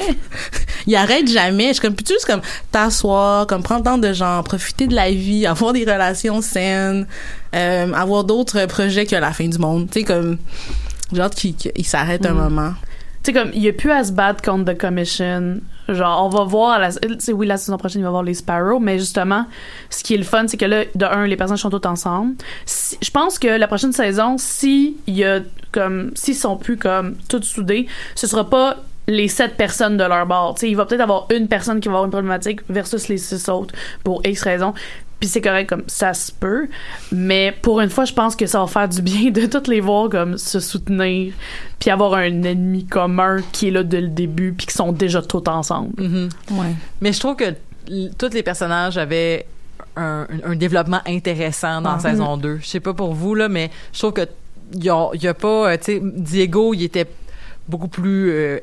Il arrête jamais. Je suis comme, peux-tu juste comme t'asseoir, comme prendre le temps de genre profiter de la vie, avoir des relations saines, euh, avoir d'autres projets que la fin du monde. Tu sais comme, j'ai hâte qu'il, qu'il s'arrête mm. un moment. Tu sais, comme, il y a plus à se battre contre The Commission. Genre, on va voir, la, oui, la saison prochaine, il va voir les Sparrow, mais justement, ce qui est le fun, c'est que là, de un, les personnages sont tous ensemble. Si, je pense que la prochaine saison, si il y a, comme, s'ils sont plus, comme, tous soudés, ce sera pas les sept personnes de leur bord. Tu sais, il va peut-être avoir une personne qui va avoir une problématique versus les six autres pour X raisons. Puis c'est correct, comme ça se peut, mais pour une fois je pense que ça va faire du bien de toutes les voir comme se soutenir puis avoir un ennemi commun qui est là dès le début puis qui sont déjà tous ensemble. Mm-hmm. Ouais. Mais je trouve que l- tous les personnages avaient un, un, un développement intéressant dans ah. saison deux. Je sais pas pour vous là, mais je trouve que il y a, y a pas, tu sais, Diego il était beaucoup plus euh,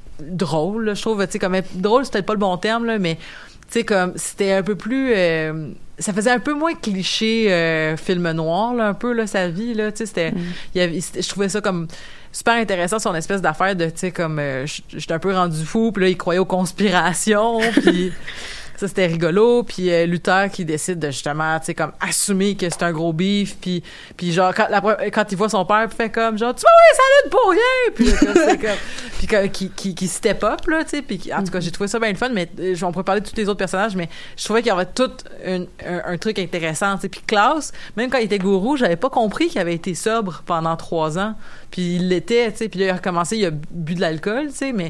drôle là, je trouve, tu sais, comme drôle c'est peut-être pas le bon terme là, mais tu sais comme c'était un peu plus euh, ça faisait un peu moins cliché euh, film noir là un peu là sa vie là, tu sais c'était mm. il y avait, je trouvais ça comme super intéressant son espèce d'affaire de tu sais comme euh, j'étais un peu rendu fou puis là il croyait aux conspirations puis ça c'était rigolo puis euh, Luther qui décide de justement tu sais comme assumer que c'est un gros beef puis puis genre quand, la, quand il voit son père il fait comme genre tu vas oui salut pour rien puis là, c'est comme puis quand, qui qui qui step up là tu sais puis en tout cas j'ai trouvé ça bien le fun mais euh, on pourrait parler de tous les autres personnages mais je trouvais qu'il y avait tout un, un, un truc intéressant tu sais puis Klaus même quand il était gourou j'avais pas compris qu'il avait été sobre pendant trois ans puis il l'était tu sais puis là il a recommencé il a bu de l'alcool tu sais mais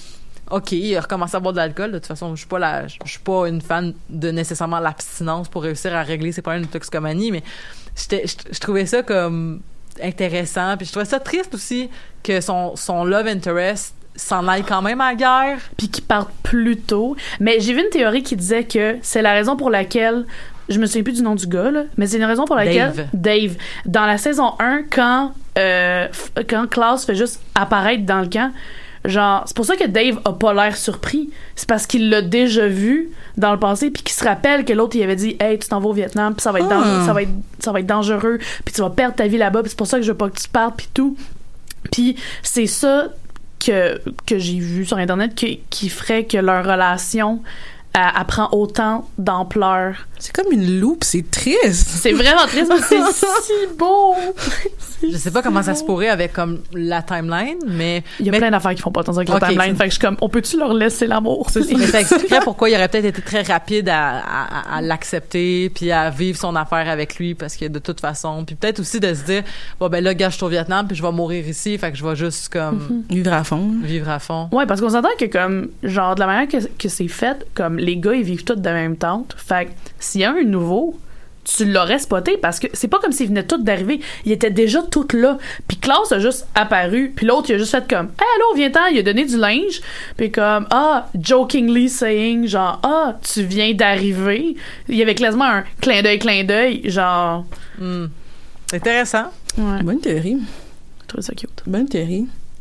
OK, il a recommencé à boire de l'alcool. De toute façon, je suis pas la, je suis pas une fan de nécessairement l'abstinence pour réussir à régler ses problèmes de toxicomanie, mais j'étais, je, je trouvais ça comme intéressant. Puis je trouvais ça triste aussi que son, son love interest s'en aille quand même à la guerre. Puis qu'il parte plus tôt. Mais j'ai vu une théorie qui disait que c'est la raison pour laquelle je me souviens plus du nom du gars, là, mais c'est une raison pour laquelle Dave, Dave dans la saison un, quand, euh, quand Klaus fait juste apparaître dans le camp, genre, c'est pour ça que Dave a pas l'air surpris. C'est parce qu'il l'a déjà vu dans le passé puis qu'il se rappelle que l'autre il avait dit hey tu t'en vas au Vietnam puis ça va être dangereux, ah. ça va être ça va être dangereux puis tu vas perdre ta vie là-bas puis c'est pour ça que je veux pas que tu partes puis tout. Puis c'est ça que que j'ai vu sur internet qui qui ferait que leur relation elle, elle prend autant d'ampleur. C'est comme une loupe, c'est triste. C'est vraiment triste, mais c'est si beau. C'est je sais pas si comment beau. ça se pourrait avec comme la timeline, mais il y a mais, plein d'affaires qui font pas attention avec okay, la timeline. Fait que je suis comme, on peut-tu leur laisser l'amour? Mais ça expliquerait pourquoi il aurait peut-être été très rapide à, à, à l'accepter puis à vivre son affaire avec lui parce que de toute façon, puis peut-être aussi de se dire bon ben là gars je suis au Vietnam puis je vais mourir ici, fait que je vais juste comme mm-hmm. vivre à fond. Vivre à fond. Ouais, parce qu'on s'entend que comme genre de la manière que, que c'est fait, comme les gars ils vivent tous de la même tente. Fait que s'il y a un nouveau, tu l'aurais spoté parce que c'est pas comme s'ils venaient tous d'arriver, ils étaient déjà tous là. Puis Klaus a juste apparu, puis l'autre il a juste fait comme hey, allô viens-t'en, il a donné du linge, puis comme ah jokingly saying genre ah tu viens d'arriver, il y avait clairement un clin d'œil clin d'œil genre mm. C'est intéressant. Ouais. Bonne théorie. Je trouve ça cute. Bonne théorie.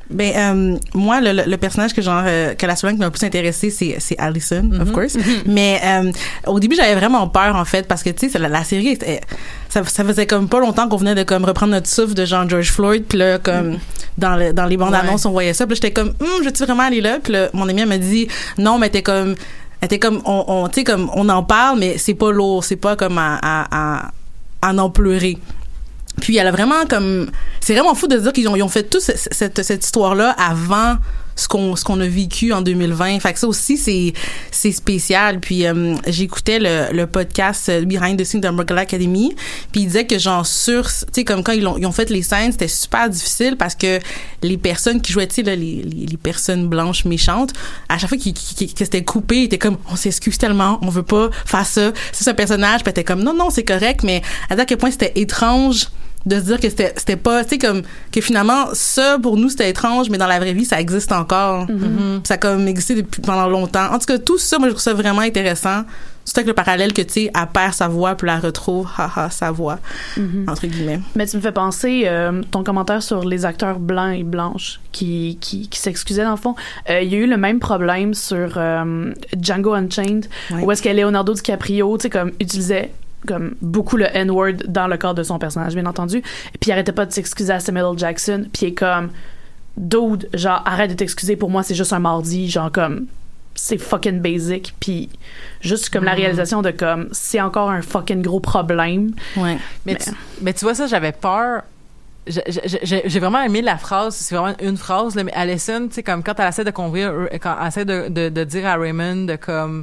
Ben euh, moi le, le personnage que genre euh, que la seule qui m'a le plus intéressée c'est c'est Allison mm-hmm. of course. Mm-hmm. Mais euh, au début j'avais vraiment peur en fait parce que tu sais la, la série était, ça ça faisait comme pas longtemps qu'on venait de comme reprendre notre souffle de genre George Floyd puis là comme mm. dans le, dans les bandes ouais. annonces on voyait ça puis là j'étais comme hum je veux-tu vraiment aller là puis là mon ami elle m'a dit non mais t'es comme elle était comme on, on tu sais comme on en parle mais c'est pas lourd c'est pas comme à à à, à en pleurer. Puis elle a vraiment comme c'est vraiment fou de dire qu'ils ont ils ont fait toute cette cette, cette histoire là avant ce qu'on ce qu'on a vécu en deux mille vingt. Fait que ça aussi c'est c'est spécial. Puis euh, j'écoutais le le podcast Behind the Scenes d'Umbrella Academy, puis il disait que genre sur tu sais comme quand ils ont ils ont fait les scènes, c'était super difficile parce que les personnes qui jouaient tu sais là les, les les personnes blanches méchantes, à chaque fois qu'ils qu que c'était coupé, ils étaient comme on s'excuse tellement, on veut pas faire ça. C'est ce personnage, puis était comme non non, c'est correct, mais à dire à quel point c'était étrange de se dire que c'était c'était pas tu sais comme que finalement ça pour nous c'était étrange mais dans la vraie vie ça existe encore mm-hmm. ça a comme existé depuis pendant longtemps en tout cas tout ça moi je trouve ça vraiment intéressant surtout avec le parallèle que tu sais elle perd sa voix puis la retrouve haha sa voix mm-hmm. entre guillemets. Mais tu me fais penser euh, ton commentaire sur les acteurs blancs et blanches qui qui, qui s'excusaient dans le fond euh, il y a eu le même problème sur euh, Django Unchained ouais. où est-ce que Leonardo DiCaprio tu sais comme utilisait comme beaucoup le N-word dans le cadre de son personnage, bien entendu. Puis il arrêtait pas de s'excuser à Samuel L. Jackson. Puis il est comme, dude, genre, arrête de t'excuser, pour moi, c'est juste un mardi. Genre, comme, c'est fucking basic. Puis juste comme mm. la réalisation de comme, c'est encore un fucking gros problème. Ouais. Mais, mais, tu, mais tu vois, ça, j'avais peur. J'ai, j'ai, j'ai vraiment aimé la phrase, c'est vraiment une phrase, là, mais Allison, tu sais, comme quand elle essaie de convaincre, quand elle essaie de, de, de dire à Raymond de comme,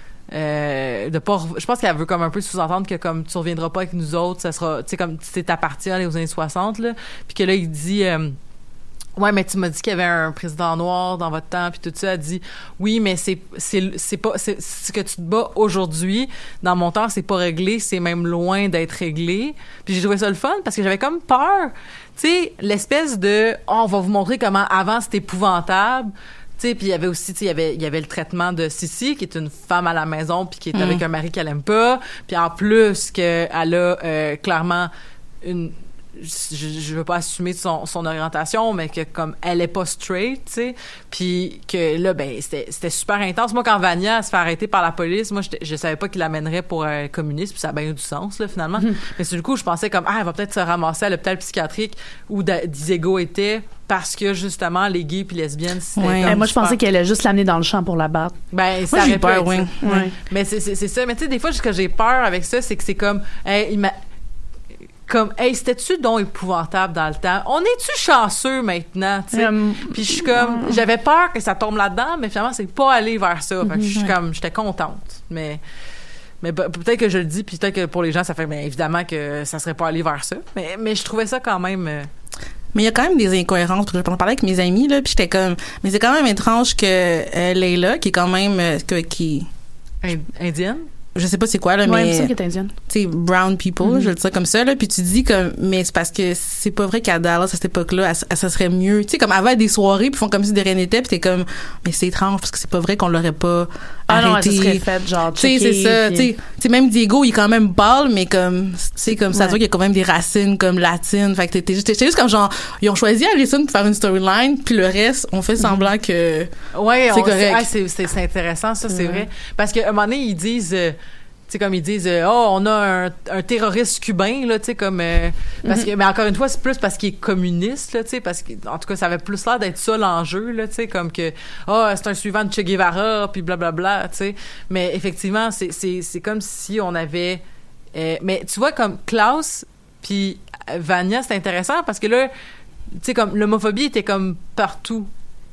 Euh, de pas je pense qu'elle veut comme un peu sous-entendre que comme tu reviendras pas avec nous autres ça sera tu sais comme tu t'appartiens aux années soixante là puis que là il dit euh, ouais mais tu m'as dit qu'il y avait un président noir dans votre temps puis tout ça elle dit oui mais c'est c'est c'est pas c'est ce que tu te bats aujourd'hui dans mon temps c'est pas réglé c'est même loin d'être réglé puis j'ai trouvé ça le fun parce que j'avais comme peur tu sais l'espèce de oh, on va vous montrer comment avant c'était épouvantable. Tu sais, puis il y avait aussi, tu sais, il y avait, il y avait le traitement de Sissi, qui est une femme à la maison, puis qui est mmh. avec un mari qu'elle aime pas. Puis en plus, qu'elle a euh, clairement une... Je, je veux pas assumer son, son orientation, mais que comme elle est pas straight, tu sais, puis que là ben c'était c'était super intense. Moi quand Vania se fait arrêter par la police, moi je savais pas qu'il l'amènerait pour un communiste, puis ça a bien eu du sens là finalement. Mm-hmm. Mais sur le coup je pensais comme ah elle va peut-être se ramasser à l'hôpital psychiatrique où Diego était parce que justement les gays puis lesbiennes c'était ouais. comme moi je super... pensais qu'elle allait juste l'amener dans le champ pour la battre. Ben ça moi, j'ai peur oui. Ouais. Ouais. Mais c'est c'est c'est ça. Mais tu sais des fois ce que j'ai peur avec ça c'est que c'est comme hey, il m'a comme hey c'était-tu donc épouvantable dans le temps on est-tu chanceux maintenant tu sais um, puis je suis comme j'avais peur que ça tombe là-dedans mais finalement c'est pas aller vers ça fait que je suis comme j'étais contente mais mais peut-être que je le dis puis peut-être que pour les gens ça fait mais évidemment que ça serait pas aller vers ça mais mais je trouvais ça quand même euh... mais il y a quand même des incohérences parce que je parlais avec mes amis là puis j'étais comme mais c'est quand même étrange que euh, Layla qui est quand même euh, que, qui indienne je sais pas c'est quoi là ouais, mais c'est qui est indienne. Tu sais brown people mm-hmm. je le dis ça comme ça là puis tu dis comme mais c'est parce que c'est pas vrai qu'à Dallas à cette époque-là ça serait mieux tu sais comme avant des soirées puis font comme si de rien n'était puis t'es comme mais c'est étrange parce que c'est pas vrai qu'on l'aurait pas ah arrêté. non ça serait fait genre tu sais c'est ça tu sais tu sais même Diego il est quand même pâle mais comme tu sais comme ça ouais. se voit qu'il y a quand même des racines comme latines fait que t'es juste t'es juste comme genre ils ont choisi Allison pour faire une storyline puis le reste on fait semblant que ouais c'est on, correct ah, c'est, c'est c'est intéressant ça c'est ouais. vrai parce qu'à un moment donné ils disent euh, tu sais comme ils disent euh, oh on a un, un terroriste cubain là tu sais comme euh, parce mm-hmm. que mais encore une fois c'est plus parce qu'il est communiste là tu sais parce que en tout cas ça avait plus l'air d'être ça l'enjeu là tu sais comme que oh c'est un suivant de Che Guevara puis blablabla tu sais mais effectivement c'est c'est c'est comme si on avait euh, mais tu vois comme Klaus puis Vania c'est intéressant parce que là tu sais comme l'homophobie était comme partout.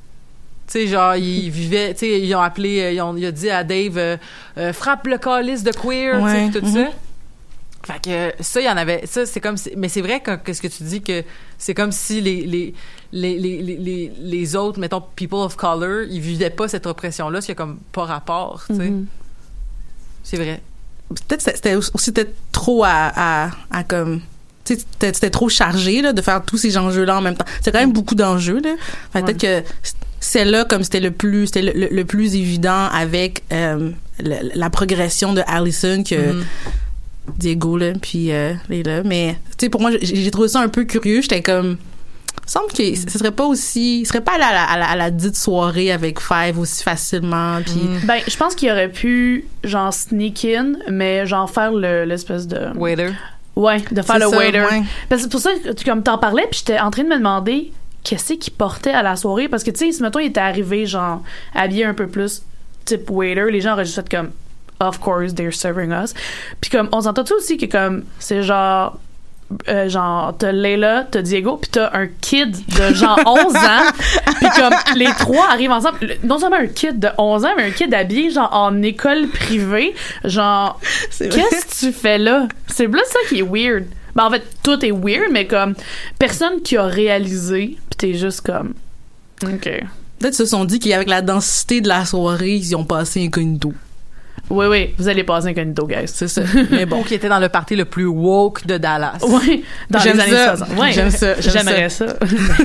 Tu sais, genre, ils vivaient, tu sais, ils ont appelé, ils ont, il a dit à Dave, euh, euh, frappe le calice de queer, ouais. tu sais, tout mm-hmm. ça. Fait que ça, il y en avait, ça, c'est comme, mais c'est vrai que, que ce que tu dis, que c'est comme si les, les, les, les, les, les autres, mettons, people of color, ils vivaient pas cette oppression-là, ce qui a comme pas rapport, tu sais. Mm-hmm. C'est vrai. Peut-être que c'était aussi peut-être trop à, à, à comme, tu sais, c'était, c'était trop chargé, là, de faire tous ces enjeux-là en même temps. C'est quand même beaucoup d'enjeux, là. Fait ouais. peut-être que, celle-là comme c'était le plus c'était le, le, le plus évident avec euh, la, la progression de Allison que mm-hmm. Diego là puis euh, Layla mais tu sais pour moi j'ai, j'ai trouvé ça un peu curieux j'étais comme semble que ce serait pas aussi, il serait pas allé à la, à la, à la dite soirée avec Five aussi facilement. Puis mm. ben, je pense qu'il aurait pu genre sneak in, mais genre faire le, l'espèce de waiter. Ouais, de faire c'est le ça, waiter. Ouais. Parce que c'est pour ça que tu, comme t'en parlais, puis j'étais en train de me demander qu'est-ce qu'il portait à la soirée, parce que tu sais, si mettons il était arrivé genre habillé un peu plus type waiter, les gens auraient juste fait comme of course they're serving us. Puis comme on s'entend-tu aussi que comme c'est genre Euh, genre t'as Layla, t'as Diego, puis t'as un kid de genre onze ans, puis comme les trois arrivent ensemble, non seulement un kid de onze ans, mais un kid habillé genre en école privée, genre qu'est-ce que tu fais là? C'est là ça qui est weird. Ben en fait tout est weird, mais comme personne qui a réalisé, puis t'es juste comme ok. Peut-être qu'ils se sont dit qu'avec la densité de la soirée, ils ont passé incognito. Oui, oui, vous allez passer un incognito, guys. C'est ça. Mais bon. Ou qui était dans le party le plus woke de Dallas. Oui, dans J'aime les années ça. soixante. Ouais, j'aime ça. J'aime J'aimerais ça. ça.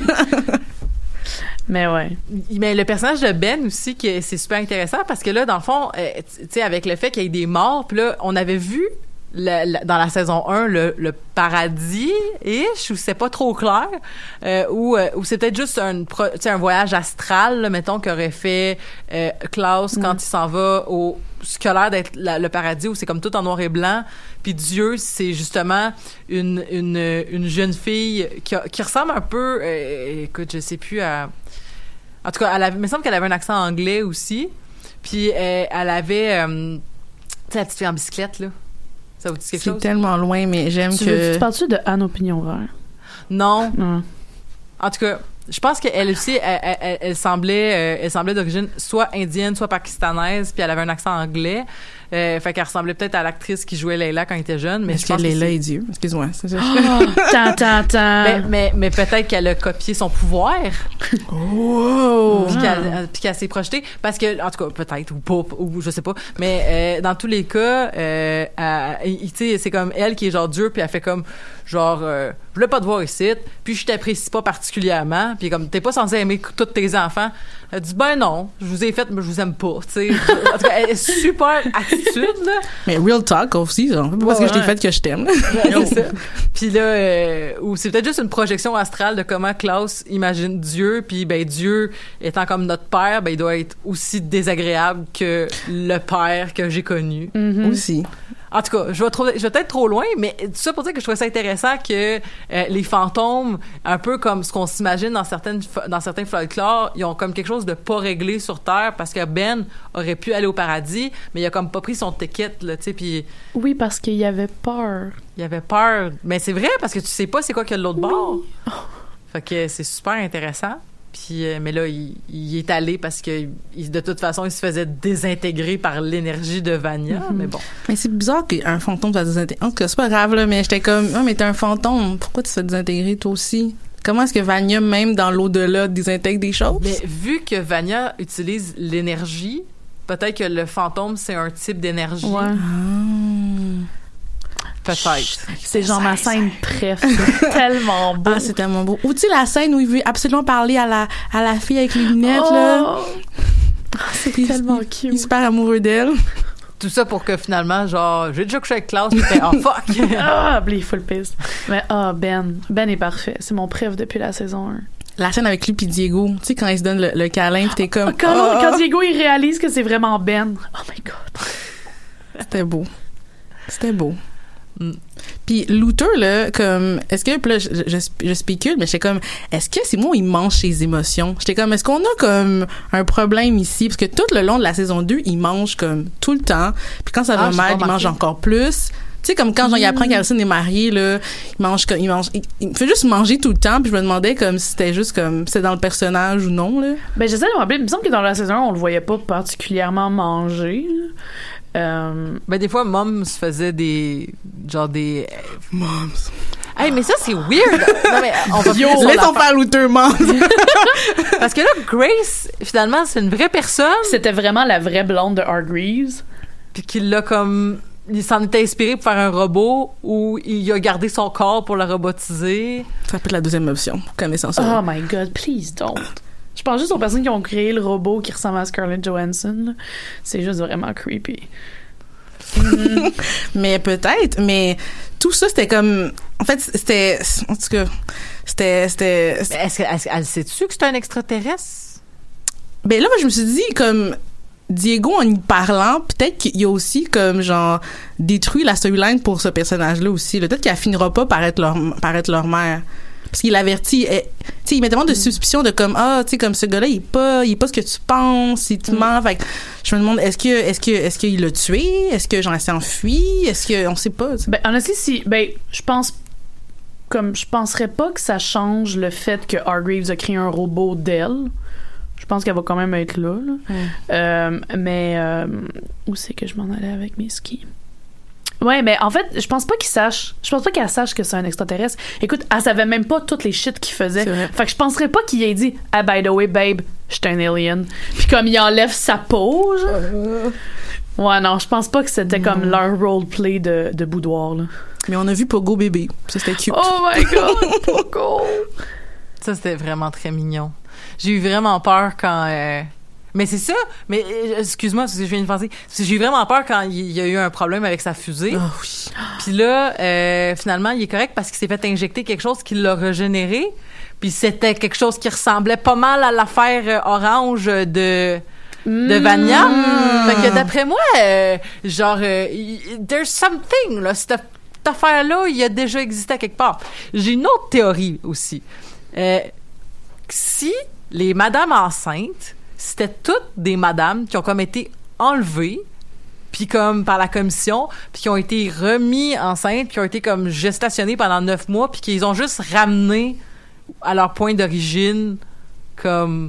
Mais ouais. Mais le personnage de Ben aussi, que c'est super intéressant parce que là, dans le fond, euh, tu sais, avec le fait qu'il y ait des morts, puis là, on avait vu Le, le, dans la saison un, le, le paradis-ish, où c'est pas trop clair, euh, où, euh, où c'est peut-être juste un, un voyage astral, là, mettons, qu'aurait fait euh, Klaus mm. quand il s'en va au ce qui a l'air d'être la, le paradis, où c'est comme tout en noir et blanc, puis Dieu, c'est justement une, une, une jeune fille qui, a, qui ressemble un peu, euh, écoute, je sais plus, à... En tout cas, elle avait, il me semble qu'elle avait un accent anglais aussi, puis euh, elle avait... Euh, tu sais, la petite fille en bicyclette, là. Ça vous dit quelque c'est chose? C'est tellement loin, mais j'aime tu que... Veux, tu parles-tu de Anne Opinion Vert? Non. non. En tout cas, je pense qu'elle aussi, elle, elle, elle, elle semblait, euh, elle semblait d'origine soit indienne, soit pakistanaise, puis elle avait un accent anglais. Euh, fait qu'elle ressemblait peut-être à l'actrice qui jouait Layla quand elle était jeune. Mais Est-ce je pense que Layla que est Dieu? Excuse-moi. C'est ça. Oh, tant, tant, tant. Mais, mais, mais peut-être qu'elle a copié son pouvoir. Wow! Puis qu'elle, puis qu'elle s'est projetée. Parce que, en tout cas, peut-être, ou pas, ou je sais pas. Mais euh, dans tous les cas, euh, tu sais, c'est comme elle qui est genre Dieu, puis elle fait comme, genre, euh, je voulais pas te voir ici, puis je t'apprécie pas particulièrement, puis comme, t'es pas censé aimer tous tes enfants. Elle dit, ben non, je vous ai fait, mais je vous aime pas, tu sais. En tout cas, elle est super attitude, là. Mais real talk aussi, genre. Pas parce ouais, que je t'ai ouais. fait que je t'aime. C'est ça. Puis là, euh, ou c'est peut-être juste une projection astrale de comment Klaus imagine Dieu, puis ben Dieu étant comme notre père, ben il doit être aussi désagréable que le père que j'ai connu. Mm-hmm. Aussi. En tout cas, je vais, trop, je vais peut-être trop loin, mais tout ça pour dire que je trouvais ça intéressant que euh, les fantômes, un peu comme ce qu'on s'imagine dans certaines dans certains folklores, ils ont comme quelque chose de pas réglé sur Terre parce que Ben aurait pu aller au paradis, mais il a comme pas pris son ticket, là, tu sais, puis... Oui, parce qu'il y avait peur. Il avait peur. Mais c'est vrai, parce que tu sais pas c'est quoi qu'il y a de l'autre oui. bord. Fait que c'est super intéressant. Puis, euh, mais là, il, il est allé parce que il, de toute façon, il se faisait désintégrer par l'énergie de Vanya. Mm-hmm. Mais bon. Mais c'est bizarre qu'un fantôme va désintégrer. En tout cas, c'est pas grave, là, mais j'étais comme, oh, mais t'es un fantôme. Pourquoi tu te fais désintégrer, toi aussi? Comment est-ce que Vanya, même dans l'au-delà, désintègre des choses? Mais vu que Vanya utilise l'énergie, peut-être que le fantôme, c'est un type d'énergie. Ouais. Ah. Peut-être. C'est genre ma scène préf. C'est tellement beau. Ah, c'est tellement beau. Ou tu sais, la scène où il veut absolument parler à la, à la fille avec les lunettes, oh! là. Oh, c'est Puis tellement il, cute. Il est super amoureux d'elle. Tout ça pour que finalement, genre, j'ai déjà couché avec Klaus, puis j'étais, oh fuck! Ah, il full pisse. Mais ah, oh, Ben. Ben est parfait. C'est mon préf depuis la saison un. La scène avec lui puis Diego, tu sais, quand il se donne le, le câlin, pis t'es comme... Quand, oh! quand Diego, il réalise que c'est vraiment Ben. Oh my God. C'était beau. C'était beau. Mm. Puis Luther, là, comme, est-ce que, puis là, je, je, je spécule, mais j'étais comme, est-ce que c'est moi où il mange ses émotions? J'étais comme, est-ce qu'on a comme un problème ici? Parce que tout le long de la saison deux, il mange comme tout le temps. Puis quand ça va ah, mal, il mange encore plus. Tu sais, comme quand genre, il apprend qu'Alison est mariée, là, il mange comme, il mange, il, il fait juste manger tout le temps, puis je me demandais comme si c'était juste comme, c'était dans le personnage ou non, là. Ben, j'essaie de me rappeler, il me semble que dans la saison un, on le voyait pas particulièrement manger, là. Euh... Ben, des fois, Mom se faisait des, genre des... Moms. Hey, mais ça, c'est weird! Non, mais on va Yo, laisse-on faire Luther, Moms! Parce que là, Grace, finalement, c'est une vraie personne. C'était vraiment la vraie blonde de Hargreaves. Puis qu'il l'a comme... Il s'en était inspiré pour faire un robot où il a gardé son corps pour le robotiser. Ça peut être la deuxième option, connaissant ça. Oh my God, please don't. Je pense juste aux personnes qui ont créé le robot qui ressemble à Scarlett Johansson. C'est juste vraiment creepy. Mm. Mais peut-être, mais tout ça, c'était comme... En fait, c'était, en tout cas, c'était, c'était. Mais est-ce qu'elle elle, elle sait-tu que c'est un extraterrestre? Ben là, moi, je me suis dit, comme, Diego, en y parlant, peut-être qu'il y a aussi, comme, genre, détruit la storyline pour ce personnage-là aussi. Peut-être qu'elle finira pas par être leur, par être leur mère. Parce qu'il avertit, tu sais, il met tellement de suspicions de comme, ah, tu sais, comme ce gars-là, il est pas, il est pas ce que tu penses, il te mm. ment. Fait que je me demande, est-ce que, est-ce que, est-ce qu'il l'a tué? Est-ce que j'en s'est enfui? Est-ce que, on sait pas. T'sais. Ben, honnêtement, si, ben, je pense, comme, je penserais pas que ça change le fait que Hargreaves a créé un robot d'elle. Je pense qu'elle va quand même être là, là. Mm. Euh, mais, euh, où c'est que je m'en allais avec mes skis? Ouais, mais en fait, je pense pas qu'il sache. Je pense pas qu'elle sache que c'est un extraterrestre. Écoute, elle savait même pas toutes les shit qu'il faisait. Fait que je penserais pas qu'il ait dit « Ah, by the way, babe, j'étais un alien. » Puis comme il enlève sa peau, genre. Euh... Ouais, non, je pense pas que c'était non. comme leur roleplay de, de boudoir, là. Mais on a vu Pogo bébé. Ça, c'était cute. Oh my God, Pogo! Ça, c'était vraiment très mignon. J'ai eu vraiment peur quand... Euh... Mais c'est ça. Mais euh, excuse-moi, parce que je viens de penser. Parce que j'ai eu vraiment peur quand il y a eu un problème avec sa fusée. Oh oui. Puis là, euh, finalement, il est correct parce qu'il s'est fait injecter quelque chose qui l'a régénéré. Puis c'était quelque chose qui ressemblait pas mal à l'affaire euh, orange de de Vania. Mmh. Fait que d'après moi, euh, genre, euh, there's something là. Cette, cette affaire-là, il a déjà existé à quelque part. J'ai une autre théorie aussi. Euh, si les madames enceintes c'était toutes des madames qui ont comme été enlevées puis comme par la commission puis qui ont été remis enceintes puis qui ont été comme gestationnées pendant neuf mois puis qu'ils ont juste ramené à leur point d'origine comme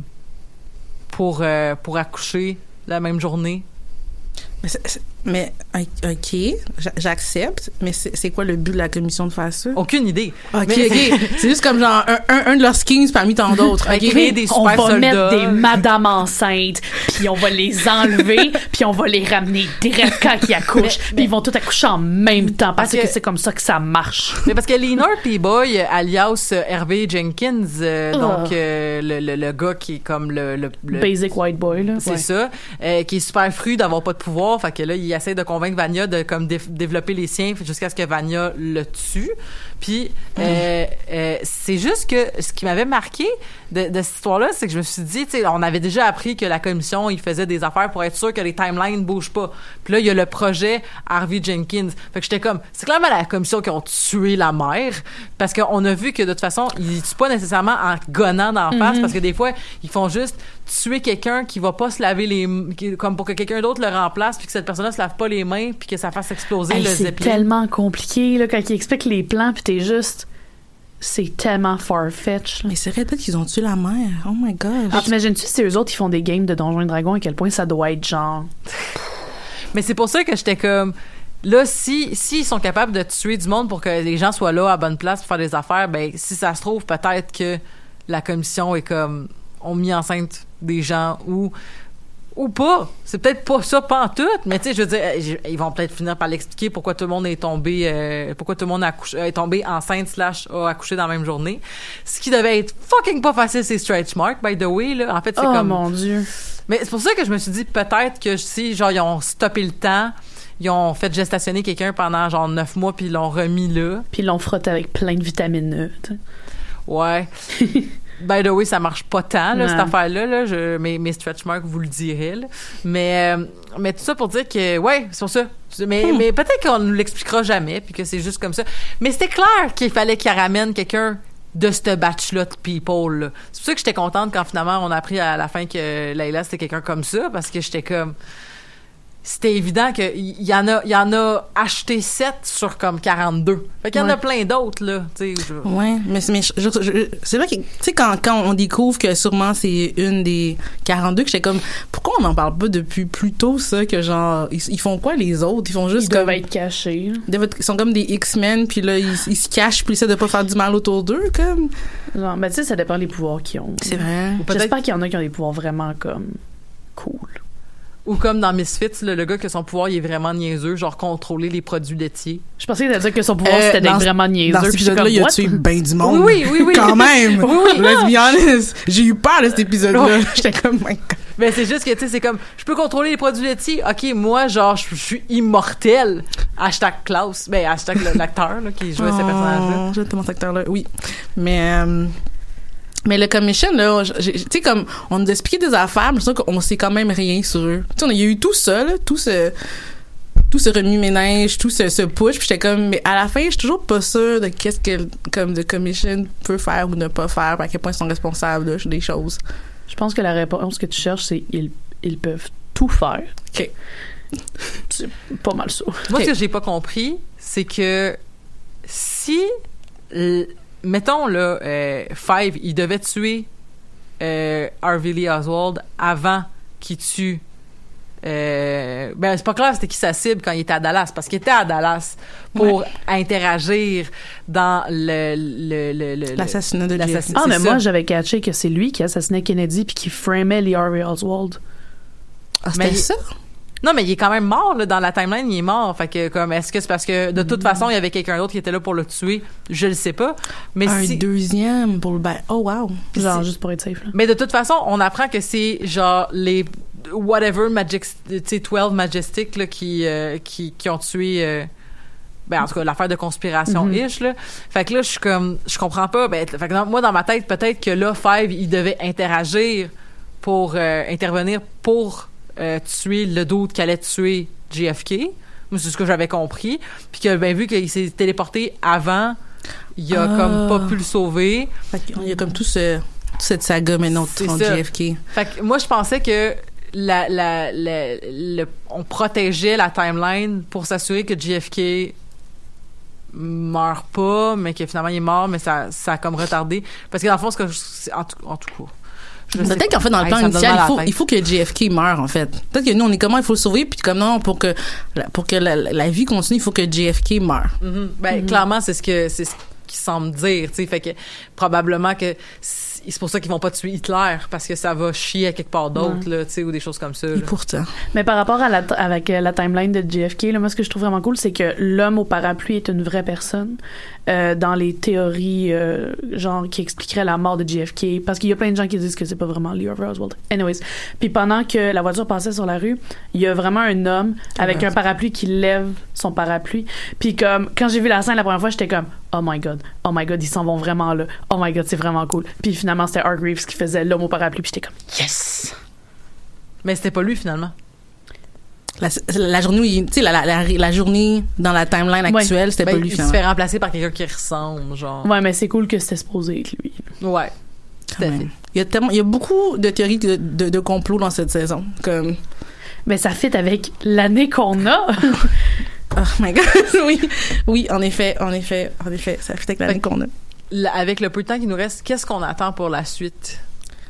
pour euh, pour accoucher la même journée. Mais, c'est, c'est, mais OK, j'accepte, mais c'est, c'est quoi le but de la commission de faire ça? Aucune idée. OK, mais, OK. C'est juste comme genre un, un, un de leurs schemes parmi tant d'autres. Okay. Créer des super on va soldats. Mettre des madames enceintes, puis on va les enlever, puis on va les ramener direct quand ils accouchent, puis ils vont tous accoucher en même temps, parce, parce que, que c'est comme ça que ça marche. Mais parce que Leonard P-Boy, alias Hervé Jenkins, euh, oh. donc euh, le, le, le gars qui est comme le... le, le Basic white boy, là. C'est ouais. ça. Euh, qui est super fru d'avoir pas de pouvoir, fait que là, il essaie de convaincre Vania de comme dé- développer les siens jusqu'à ce que Vania le tue. Puis mm. euh, euh, c'est juste que ce qui m'avait marqué de, de cette histoire-là, c'est que je me suis dit, tu sais, on avait déjà appris que la commission, il faisait des affaires pour être sûr que les timelines bougent pas. Puis là, il y a le projet Harvey Jenkins. Fait que j'étais comme, c'est clairement la commission qui ont tué la mère, parce qu'on a vu que de toute façon, ils tuent pas nécessairement en gonnant d'en face, mm-hmm. parce que des fois, ils font juste tuer quelqu'un qui va pas se laver les qui, comme pour que quelqu'un d'autre le remplace puis que cette personne-là se lave pas les mains puis que ça fasse exploser hey, le c'est zeppelin. C'est tellement compliqué là quand ils expliquent les plans puis t'es juste c'est tellement far-fetched. Mais c'est vrai peut-être qu'ils ont tué la mère. Oh my god. Ah, t'imagines-tu si eux autres ils font des games de Donjons et Dragons à quel point ça doit être genre. Mais c'est pour ça que j'étais comme là, si s'ils sont capables de tuer du monde pour que les gens soient là à bonne place pour faire des affaires, ben si ça se trouve peut-être que la commission est comme ont mis enceinte des gens ou ou pas. C'est peut-être pas ça pantoute, mais tu sais, je veux dire, ils vont peut-être finir par l'expliquer pourquoi tout le monde est tombé, euh, pourquoi tout le monde a accouché, est tombé enceinte slash a accouché dans la même journée. Ce qui devait être fucking pas facile, c'est stretch mark, by the way, là. En fait, c'est oh, comme... Oh mon Dieu. Mais c'est pour ça que je me suis dit, peut-être que si, genre, ils ont stoppé le temps, ils ont fait gestationner quelqu'un pendant, genre, neuf mois, puis ils l'ont remis là. Puis ils l'ont frotté avec plein de vitamines E, tu sais. Ouais. By the way, ça marche pas tant, là, cette affaire-là. Là, je, mes, mes stretch marks vous le diraient. Là. Mais, euh, mais tout ça pour dire que, ouais, c'est pour ça. Mais, hmm. mais peut-être qu'on nous l'expliquera jamais, puis que c'est juste comme ça. Mais c'était clair qu'il fallait qu'il ramène quelqu'un de ce batch-là de people. Là. C'est pour ça que j'étais contente quand finalement on a appris à la fin que Layla, c'était quelqu'un comme ça, parce que j'étais comme... C'était évident qu'il y en a, il y en a acheté sept sur comme quarante-deux. Fait qu'il y en ouais. a plein d'autres, là. Tu sais, je... Ouais, mais, mais je, je, je, c'est vrai que, tu sais, quand, quand on découvre que sûrement c'est une des quarante-deux, que j'étais comme, pourquoi on n'en parle pas depuis plus tôt, ça, que genre, ils, ils font quoi les autres? Ils font juste ils comme. Ils doivent être cachés. Ils sont comme des X-Men, puis là, ils, ils se cachent, puis ils essaient de pas faire du mal autour d'eux, comme. Genre, ben, tu sais, ça dépend des pouvoirs qu'ils ont. C'est vrai. J'espère qu'il y en a qui ont des pouvoirs vraiment comme cool. Ou comme dans Misfits, là, le gars que son pouvoir, il est vraiment niaiseux, genre contrôler les produits laitiers. Je pensais que t'allais dire que son pouvoir, euh, c'était d'être dans, vraiment niaiseux. Dans cet épisode-là, il a tué ben du monde. Oui, oui, oui. Quand même. Oui, oui. Let's be honest. J'ai eu peur de cet épisode-là. Oui. J'étais comme... Mais c'est juste que, tu sais, c'est comme, je peux contrôler les produits laitiers. OK, moi, genre, je suis immortel. Hashtag Klaus. Ben, hashtag l'acteur là, qui jouait oh, ces personnages-là. J'aime tellement cet acteur-là, oui. Mais... Euh, Mais le commission, là, tu sais, comme, on nous a expliqué des affaires, mais je trouve qu'on sait quand même rien sur eux. Tu sais, il y a eu tout ça, là, tout ce, tout ce remue-ménage, tout ce, ce push, puis j'étais comme, mais à la fin, je suis toujours pas sûre de qu'est-ce que, comme, le commission peut faire ou ne pas faire, à quel point ils sont responsables, là, des choses. Je pense que la réponse que tu cherches, c'est ils, ils peuvent tout faire. OK. C'est pas mal ça. Moi, Okay. ce que j'ai pas compris, c'est que si... L- Mettons, là, euh, Five, il devait tuer euh, Harvey Lee Oswald avant qu'il tue... Euh, ben, c'est pas clair c'était qui sa cible quand il était à Dallas, parce qu'il était à Dallas pour Ouais. interagir dans le... le, le, le L'assassinat de J F K. l'assassinat. Ah, C'est mais ça. moi, j'avais catché que c'est lui qui assassinait Kennedy puis qui framait Lee Harvey Oswald. Ah, c'était Mais- ça? Non, mais il est quand même mort, là, dans la timeline, il est mort. Fait que, comme, est-ce que c'est parce que, de toute façon, il y avait quelqu'un d'autre qui était là pour le tuer? Je le sais pas. Mais Un si... deuxième pour le bain. Oh, wow. Genre, c'est- juste pour être safe, là. Mais de toute façon, on apprend que c'est, genre, les whatever Magic, tu sais, douze Majestic, là, qui, euh, qui, qui ont tué, euh, ben, en tout cas, l'affaire de conspiration-ish, là. Fait que là, je suis comme, je comprends pas. Ben, fait que dans- moi, dans ma tête, peut-être que là, Five, il devait interagir pour, euh, intervenir pour, euh, tuer le doute qui allait tuer J F K. Moi, c'est ce que j'avais compris. Puis que, ben, vu qu'il s'est téléporté avant, il a Ah. comme pas pu le sauver. Fait qu'il y a comme tout ce, toute cette saga maintenant C'est contre ça. J F K. Fait que moi, je pensais que la, la, la- le, on protégeait la timeline pour s'assurer que J F K meurt pas, mais que finalement il est mort, mais ça, ça a comme retardé. Parce que dans le fond, ce que je- c'est- en tout, en tout cas. je sais Peut-être pas. qu'en fait, dans le Hey, plan ça me donne initial, mal à il faut, la tête. il faut que J F K meure, en fait. Peut-être que nous, on est comment, il faut le sauver, puis comme non, pour que, la- pour que la, la vie continue, il faut que J F K meure. Mhm. Ben, clairement, c'est ce que c'est ce qu'ils semblent dire, tu sais. Fait que probablement que c'est c'est pour ça qu'ils vont pas tuer Hitler, parce que ça va chier à quelque part d'autre, là, tu sais, ou des choses comme ça. Et là. pourtant. Mais par rapport à la, avec euh, la timeline de J F K, là, moi, ce que je trouve vraiment cool, c'est que l'homme au parapluie est une vraie personne. Euh, dans les théories, euh, genre, qui expliqueraient la mort de J F K, parce qu'il y a plein de gens qui disent que c'est pas vraiment Lee Harvey Oswald. Anyways. Puis pendant que la voiture passait sur la rue, il y a vraiment un homme avec un parapluie qui lève son parapluie. Puis comme, quand j'ai vu la scène la première fois, j'étais comme, oh my god, oh my god, ils s'en vont vraiment là. Oh my god, c'est vraiment cool. Puis finalement, c'était Hargreaves qui faisait l'homme au parapluie, puis j'étais comme, yes! Mais c'était pas lui, finalement. La, la journée où il, tu sais, la, la, la, la journée dans la timeline Ouais. actuelle, c'était Ben, pas lui, il se finalement. fait remplacer par quelqu'un qui ressemble, genre. Ouais, mais c'est cool que c'était supposé être lui. Ouais. Tout à Quand fait. même. Il y a tellement, il y a beaucoup de théories de, de, de complot dans cette saison. Comme, Mais ça fit avec l'année qu'on a. oh my god, oui, oui, en effet, en effet, en effet, ça fait avec l'année Fait- qu'on a. Là, avec le peu de temps qui nous reste, qu'est-ce qu'on attend pour la suite?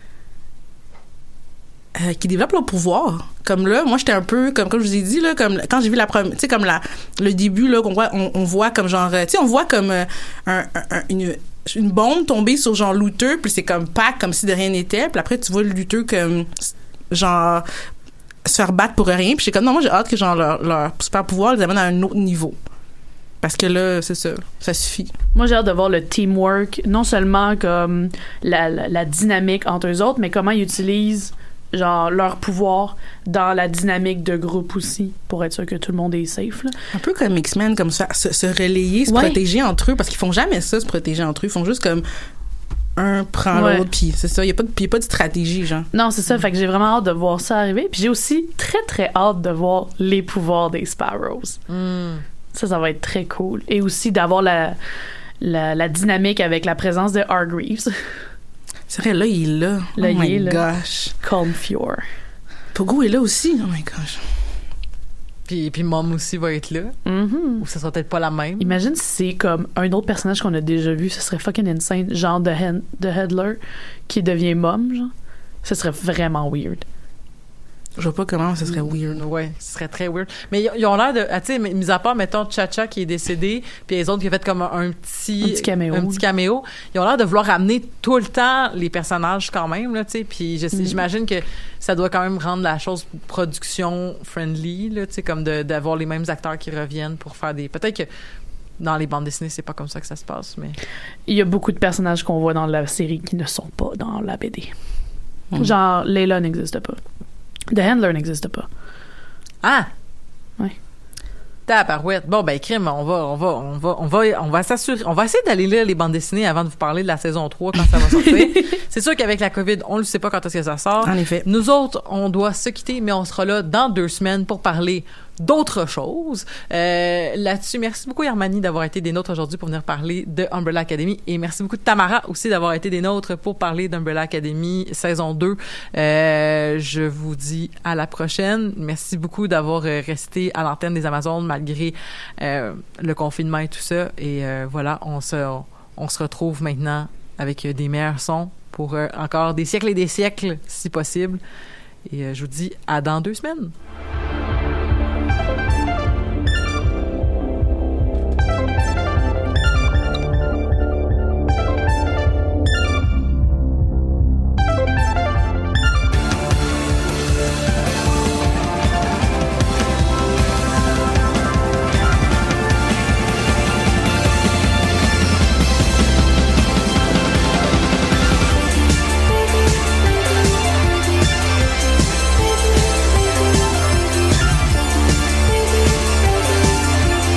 Euh, qui développent leur pouvoir. Comme là, moi, j'étais un peu, comme, comme je vous ai dit, là, comme, quand j'ai vu la première, tu sais, comme la, le début, là, qu'on voit, on, on voit comme genre, euh, tu sais, on voit comme euh, un, un- une, une bombe tomber sur genre Luther, puis c'est comme pack, comme si de rien n'était, puis après, tu vois le Luther comme, genre, se faire battre pour rien, puis j'étais comme, non, moi, j'ai hâte que, genre, leur, leur super pouvoir les amène à un autre niveau. Parce que là, c'est ça, ça suffit. Moi, j'ai hâte de voir le teamwork, non seulement comme la, la, la dynamique entre eux autres, mais comment ils utilisent genre leur pouvoir dans la dynamique de groupe aussi, pour être sûr que tout le monde est safe, là. Un peu comme X-Men, comme ça, se, se relayer, se Ouais. protéger entre eux, parce qu'ils font jamais ça, se protéger entre eux. Ils font juste comme un prend Ouais. l'autre, puis c'est ça. Il n'y a, pas de- puis y a pas de stratégie, genre. Non, c'est ça, fait que j'ai vraiment hâte de voir ça arriver. Puis j'ai aussi très, très hâte de voir les pouvoirs des Sparrows. Hmm. Ça, ça va être très cool. Et aussi d'avoir la, la, la dynamique avec la présence de Hargreaves, C'est vrai, là, il est là. Là, oh il my est là. gosh. Calm Fjord. Pogo est là aussi. Oh my gosh. Puis, puis Mom aussi va être là. Mhm. Ou ça sera peut-être pas la même. Imagine si c'est comme un autre personnage qu'on a déjà vu, ce serait fucking insane, genre de, Hen- de Headler qui devient mom, genre. Ce serait vraiment weird. Je vois pas comment ça serait weird. Ouais, ce serait très weird. Mais ils, ils ont l'air de, ah, tu sais, mis à part, mettons, Chacha qui est décédé, puis les autres qui ont fait comme un, un petit, Un petit caméo. un petit caméo, ils ont l'air de vouloir ramener tout le temps les personnages quand même, là, tu sais. Puis je sais- Mm. j'imagine que ça doit quand même rendre la chose production friendly, là, tu sais, comme de- d'avoir les mêmes acteurs qui reviennent pour faire des. Peut-être que dans les bandes dessinées, c'est pas comme ça que ça se passe, mais. Il y a beaucoup de personnages qu'on voit dans la série qui ne sont pas dans la B D. Mm. Genre, Layla n'existe pas. The Handler n'existe pas. Ah! Ouais. Tabarouette. Bon, ben, crime, on va, on va, on va, on va, on va s'assurer, on va essayer d'aller lire les bandes dessinées avant de vous parler de la saison trois quand ça va sortir. C'est sûr qu'avec la COVID, on ne sait pas quand est-ce que ça sort. En effet. Nous autres, on doit se quitter, mais on sera là dans deux semaines pour parler d'autres choses. Euh, là-dessus, merci beaucoup Armani d'avoir été des nôtres aujourd'hui pour venir parler de Umbrella Academy et merci beaucoup Tamara aussi d'avoir été des nôtres pour parler d'Umbrella Academy saison deux. Euh, je vous dis à la prochaine. Merci beaucoup d'avoir resté à l'antenne des Amazones malgré euh, le confinement et tout ça. Et euh, voilà, on se, on se retrouve maintenant avec des meilleurs sons pour euh, encore des siècles et des siècles si possible. Et euh, je vous dis à dans deux semaines.